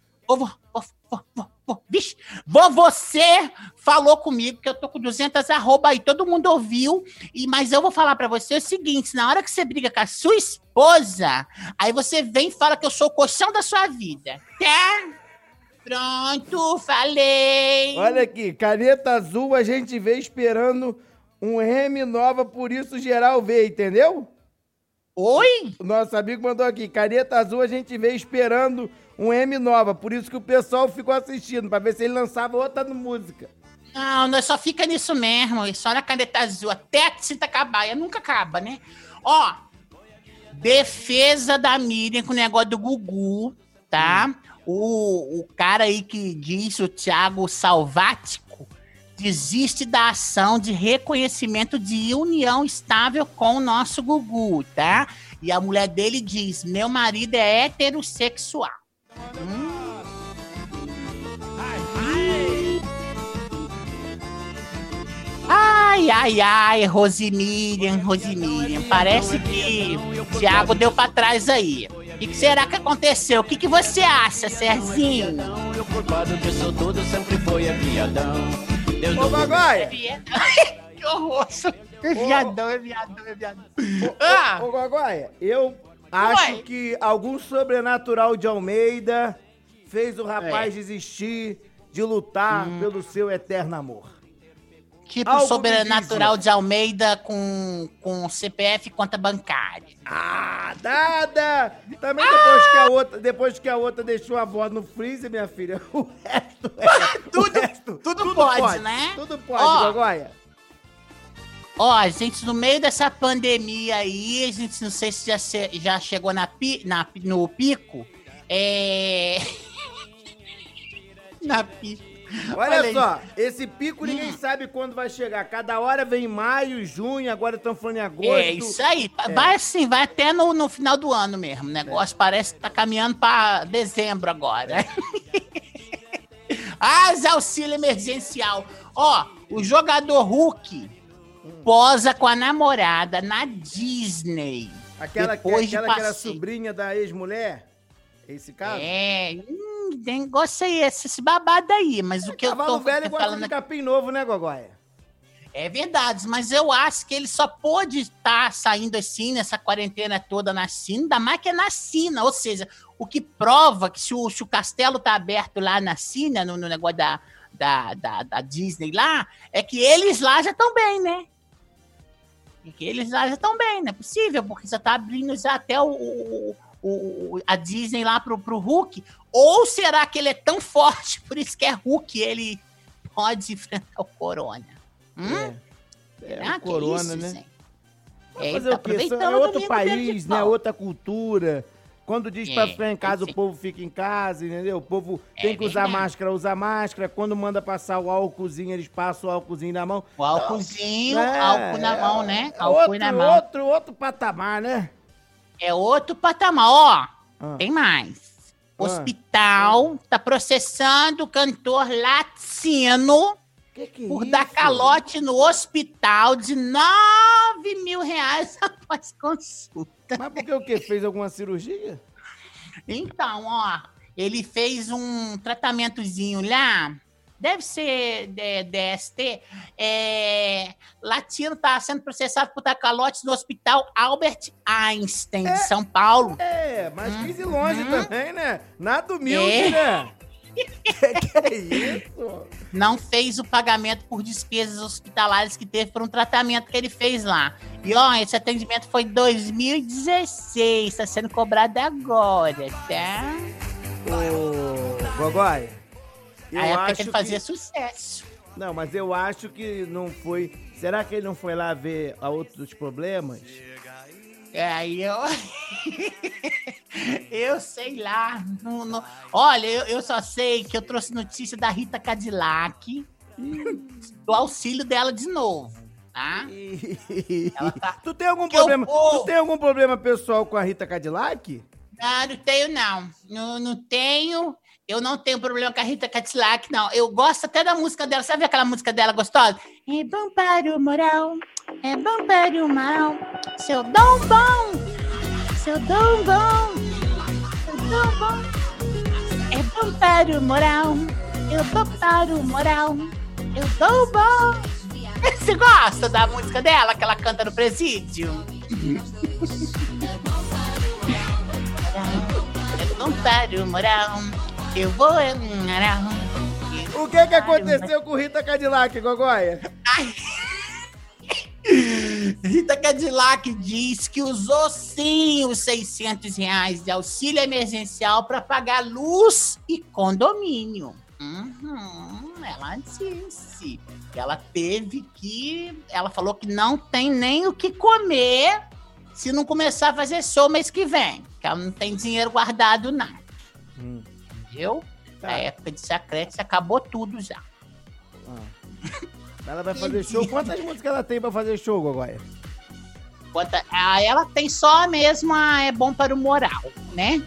Vixe, você falou comigo que eu tô com 200 arroba aí, todo mundo ouviu, mas eu vou falar pra você o seguinte, na hora que você briga com a sua esposa, aí você vem e fala que eu sou o colchão da sua vida, tá? Pronto, falei. Olha aqui, Caneta Azul a gente vê esperando um M nova, por isso geral vê, entendeu? Oi? O nosso amigo mandou aqui, Caneta Azul a gente vê esperando um M nova, por isso que o pessoal ficou assistindo, pra ver se ele lançava outra música. Não, nós só fica nisso mesmo, só na Caneta Azul, até a tinta acabar, e nunca acaba, né? Ó, defesa da Miriam com o negócio do Gugu, tá? O cara aí que diz, o Thiago Salvático, desiste da ação de reconhecimento de união estável com o nosso Gugu, tá? E a mulher dele diz, meu marido é heterossexual. Ai, Rosimiriam. Parece que o Thiago deu pra trás aí. O que será que aconteceu? O que você acha, Serginho? O culpado disso tudo sempre foi a viadão. Ô, Gogoia! Que horror! É viadão. Ô, Gogoia, eu acho que algum sobrenatural de Almeida fez o rapaz desistir de lutar pelo seu eterno amor. Tipo Algo sobrenatural de Almeida com CPF e conta bancária. Ah, nada! Também depois que a outra deixou a avó no freezer, minha filha, o resto Tudo pode, né? Tudo pode, Gogoia. Ó, gente, no meio dessa pandemia aí, a gente não sei se já chegou no pico. Na pico. Olha só, esse pico ninguém sabe quando vai chegar. Cada hora vem maio, junho, agora estão falando em agosto. É isso aí. Vai assim, vai até no final do ano mesmo. O negócio parece que tá caminhando pra dezembro agora. Auxílio emergencial. Ó, o jogador Hulk posa com a namorada na Disney. Aquela que era sobrinha da ex-mulher? Esse caso? Negócio aí, esse babado aí, mas o que eu tô velho gosta falando de capim novo, né, Gogoia? É verdade, mas eu acho que ele só pôde estar saindo assim, nessa quarentena toda na China, ainda mais que é na China, ou seja, o que prova que se o castelo tá aberto lá na China, no negócio da Disney lá, é que eles lá já estão bem, né? Não é possível, porque já tá abrindo já até a Disney lá pro Hulk. Ou será que ele é tão forte, por isso que é Hulk, ele pode enfrentar o corona? O corona, né? Gente? Fazer o quê? É outro país, né? Outra cultura. Quando diz pra ficar em casa, o povo fica em casa, entendeu? O povo tem que usar máscara, usa máscara. Quando manda passar o álcoolzinho, eles passam o álcoolzinho na mão. O álcoolzinho, álcool na mão, né? Álcool na mão. Outro patamar, né? É outro patamar. Ó, tem mais. Hospital tá processando o cantor latino por dar calote no hospital de R$9.000 após consulta. Mas por que o quê? Fez alguma cirurgia? Então, ó, ele fez um tratamentozinho lá, deve ser DST, latino tá sendo processado por dar calote no hospital Albert Einstein de São Paulo. Mas quis ir longe também, né? Nada humilde, né? Que é isso? Não fez o pagamento por despesas hospitalares que teve por um tratamento que ele fez lá. E, ó, esse atendimento foi em 2016, tá sendo cobrado agora, tá? Ô, Gogoia, a época que ele fazia sucesso. Não, mas eu acho que não foi... Será que ele não foi lá ver outros problemas? Aí eu sei lá. Olha, eu só sei que eu trouxe notícia da Rita Cadillac, do auxílio dela de novo, tá? Tu tem algum problema? Tu tem algum problema pessoal com a Rita Cadillac? Não tenho não. Não tenho. Eu não tenho problema com a Rita Cadillac, não. Eu gosto até da música dela. Sabe aquela música dela gostosa? É bom para o moral, é bom para o mal. Seu dom bom, seu dom bom, seu dom bom. É bom para o moral, eu dou para o moral, eu dou bom. Você gosta da música dela, que ela canta no presídio? É bom para o moral. Eu vou... O que aconteceu com Rita Cadillac, Gogoia? Rita Cadillac diz que usou sim os R$600 de auxílio emergencial para pagar luz e condomínio. Ela disse. Ela teve que... Ela falou que não tem nem o que comer se não começar a fazer show mês que vem. Que ela não tem dinheiro guardado, não. Entendeu? Na época de Sacrete, acabou tudo já. Ela vai fazer show? Quantas músicas ela tem pra fazer show, Gogoia? Ela tem só mesmo é bom para o moral, né?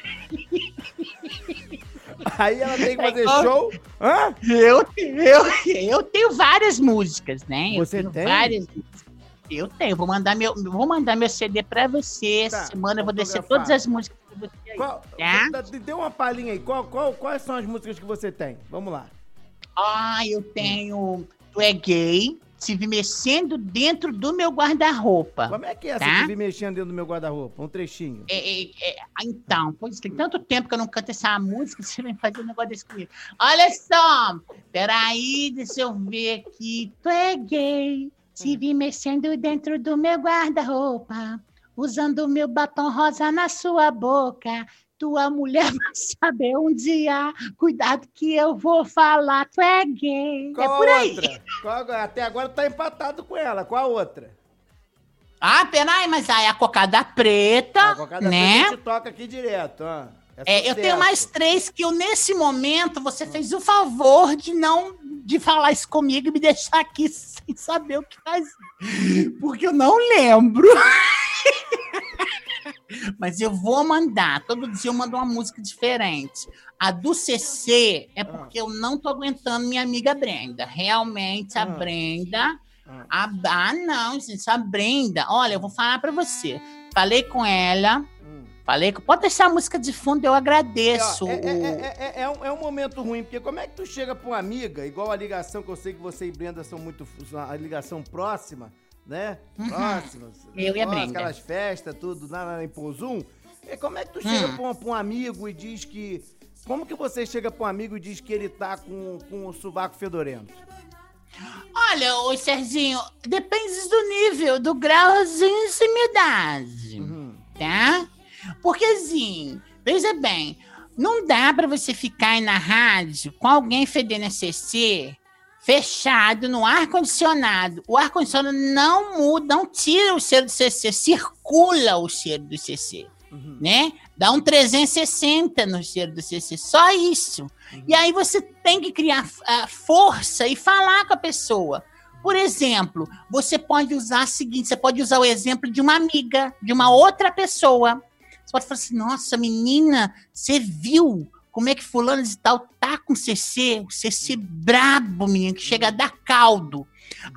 Aí ela tem que fazer show? Hã? Eu tenho várias músicas, né? Você tem? Várias músicas. Eu tenho. Vou mandar meu CD pra você. Essa semana eu vou descer todas as músicas pra você aí. Tá? Dê uma palhinha aí. Quais são as músicas que você tem? Vamos lá. Eu tenho Tu é Gay, Se Vi Mexendo Dentro do Meu Guarda-Roupa. Como é que é essa tá? Se Vi Mexendo Dentro do Meu Guarda-Roupa? Um trechinho. Então, pois tem tanto tempo que eu não canto essa música, você vem fazer um negócio desse comigo. Olha só, peraí, deixa eu ver aqui. Tu é gay, se vi mexendo dentro do meu guarda-roupa, usando o meu batom rosa na sua boca. Tua mulher vai saber um dia, cuidado que eu vou falar, tu é gay. Qual é por aí. Outra? Até agora tá empatado com ela. Qual a outra? Peraí, mas aí a Cocada Preta, A Cocada né? Preta a gente toca aqui direto, ó. Eu tenho mais 3 que eu, nesse momento, você fez o favor de falar isso comigo e me deixar aqui sem saber o que fazer. Porque eu não lembro. Mas eu vou mandar. Todo dia eu mando uma música diferente. A do CC é porque eu não tô aguentando minha amiga Brenda. Realmente, a Brenda... não, gente, a Brenda... Olha, eu vou falar pra você. Falei com ela... Pode deixar a música de fundo, eu agradeço. É um momento ruim, porque como é que tu chega pra uma amiga, igual a ligação que eu sei que você e Brenda são muito... A ligação próxima, né? Próxima. Eu e a Brenda. Aquelas festas, tudo, lá em Pozum. Como é que tu chega pra um amigo e diz que... Como que você chega pra um amigo e diz que ele tá com o sovaco fedorento? Olha, ô Serginho, depende do nível, do grau de intimidade, tá? Porque assim, veja bem, não dá pra você ficar aí na rádio com alguém fedendo a CC fechado no ar-condicionado. O ar-condicionado não muda, não tira o cheiro do CC, circula o cheiro do CC, né? Dá um 360 no cheiro do CC, só isso. E aí você tem que criar força e falar com a pessoa. Por exemplo, você pode usar o exemplo de uma amiga, de uma outra pessoa. Você pode falar assim, nossa, menina, você viu como é que fulano de tal tá com CC? O CC brabo, menina, que chega a dar caldo.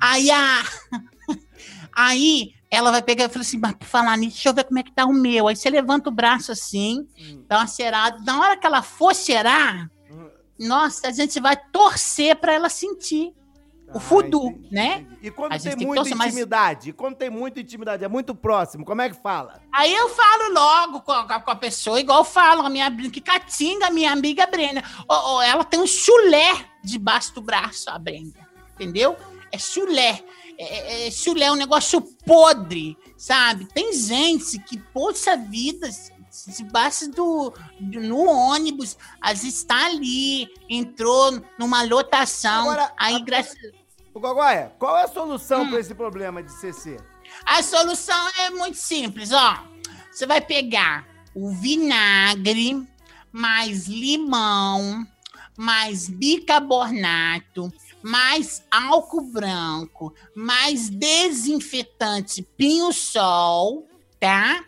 Aí ela vai pegar e falar assim, mas por falar nisso, deixa eu ver como é que tá o meu. Aí você levanta o braço assim, dá uma cheirada. Na hora que ela for cheirar, nossa, a gente vai torcer pra ela sentir o fudu, né? E quando tem muita intimidade? Quando tem muita intimidade, é muito próximo, como é que fala? Aí eu falo logo com a pessoa, igual eu falo, a minha que catinga, a minha amiga Brenda. Ela tem um chulé debaixo do braço, a Brenda, entendeu? É chulé. Chulé é um negócio podre, sabe? Tem gente que, poxa vida, debaixo no ônibus, às vezes está ali, entrou numa lotação. Agora, aí, O Gogóia, qual é a solução para esse problema de CC? A solução é muito simples, ó. Você vai pegar o vinagre, mais limão, mais bicarbonato, mais álcool branco, mais desinfetante pinho-sol, tá?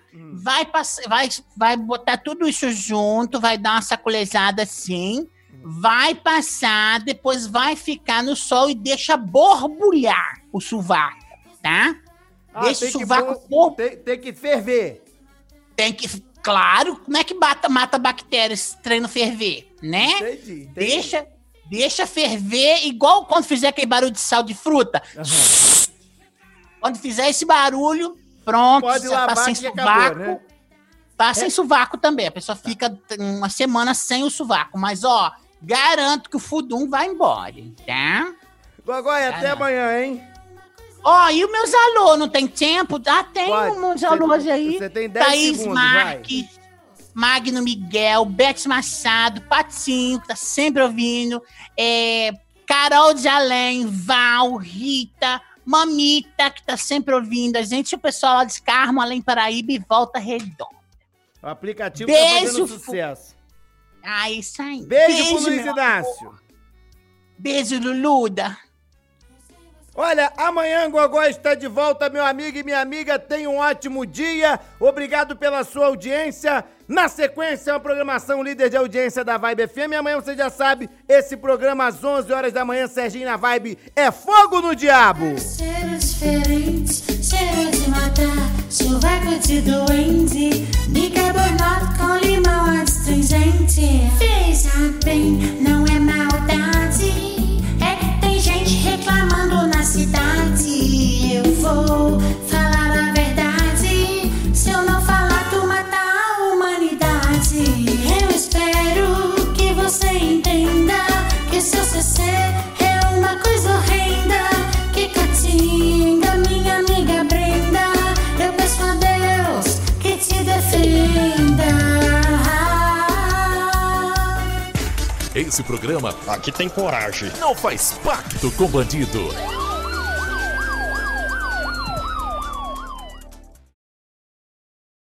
Vai botar tudo isso junto, vai dar uma sacolejada assim, vai passar, depois vai ficar no sol e deixa borbulhar o sovaco, tá? Deixa o sovaco tem que ferver. Claro, como é que mata bactérias treino ferver, né? Entendi. Deixa ferver, igual quando fizer aquele barulho de sal de fruta. Quando fizer esse barulho, pronto, pode já lavar tá sem que sovaco. acabou, né? Tá sem sovaco também. A pessoa fica uma semana sem o sovaco. Mas, ó, garanto que o fudum vai embora, tá? Gogóia, até amanhã, hein? Ó, e os meus alô, não tem tempo? Tem uns alôs aí. Você tem 10 Thaís segundos, Marques, Magno Miguel, Beth Machado, Patinho, que tá sempre ouvindo, Carol de Além, Val, Rita, Mamita, que tá sempre ouvindo a gente, e o pessoal lá de Carmo, Além Paraíba e Volta Redonda. O aplicativo tá fazendo sucesso. Isso aí. Beijo pro Luiz Inácio. Beijo, Luluda. Olha, amanhã Gogó está de volta, meu amigo e minha amiga. Tenha um ótimo dia. Obrigado pela sua audiência. Na sequência, uma programação líder de audiência da Vibe FM. Amanhã você já sabe, esse programa às 11 horas da manhã, Serginho na Vibe, é fogo no diabo. Cheiro diferente, cheiro de matar, sovaco de doente, bicarbonato com limão astringente. Veja bem, não é maldade, é que tem gente reclamando na cidade. Eu vou falar a verdade, se eu não falar tu mata a humanidade. Eu espero que você entenda que seu CC é uma coisa horrenda. Que Catinga, minha amiga Brenda, eu peço a Deus que te defenda. Esse programa aqui tem coragem. Não faz pacto com bandido.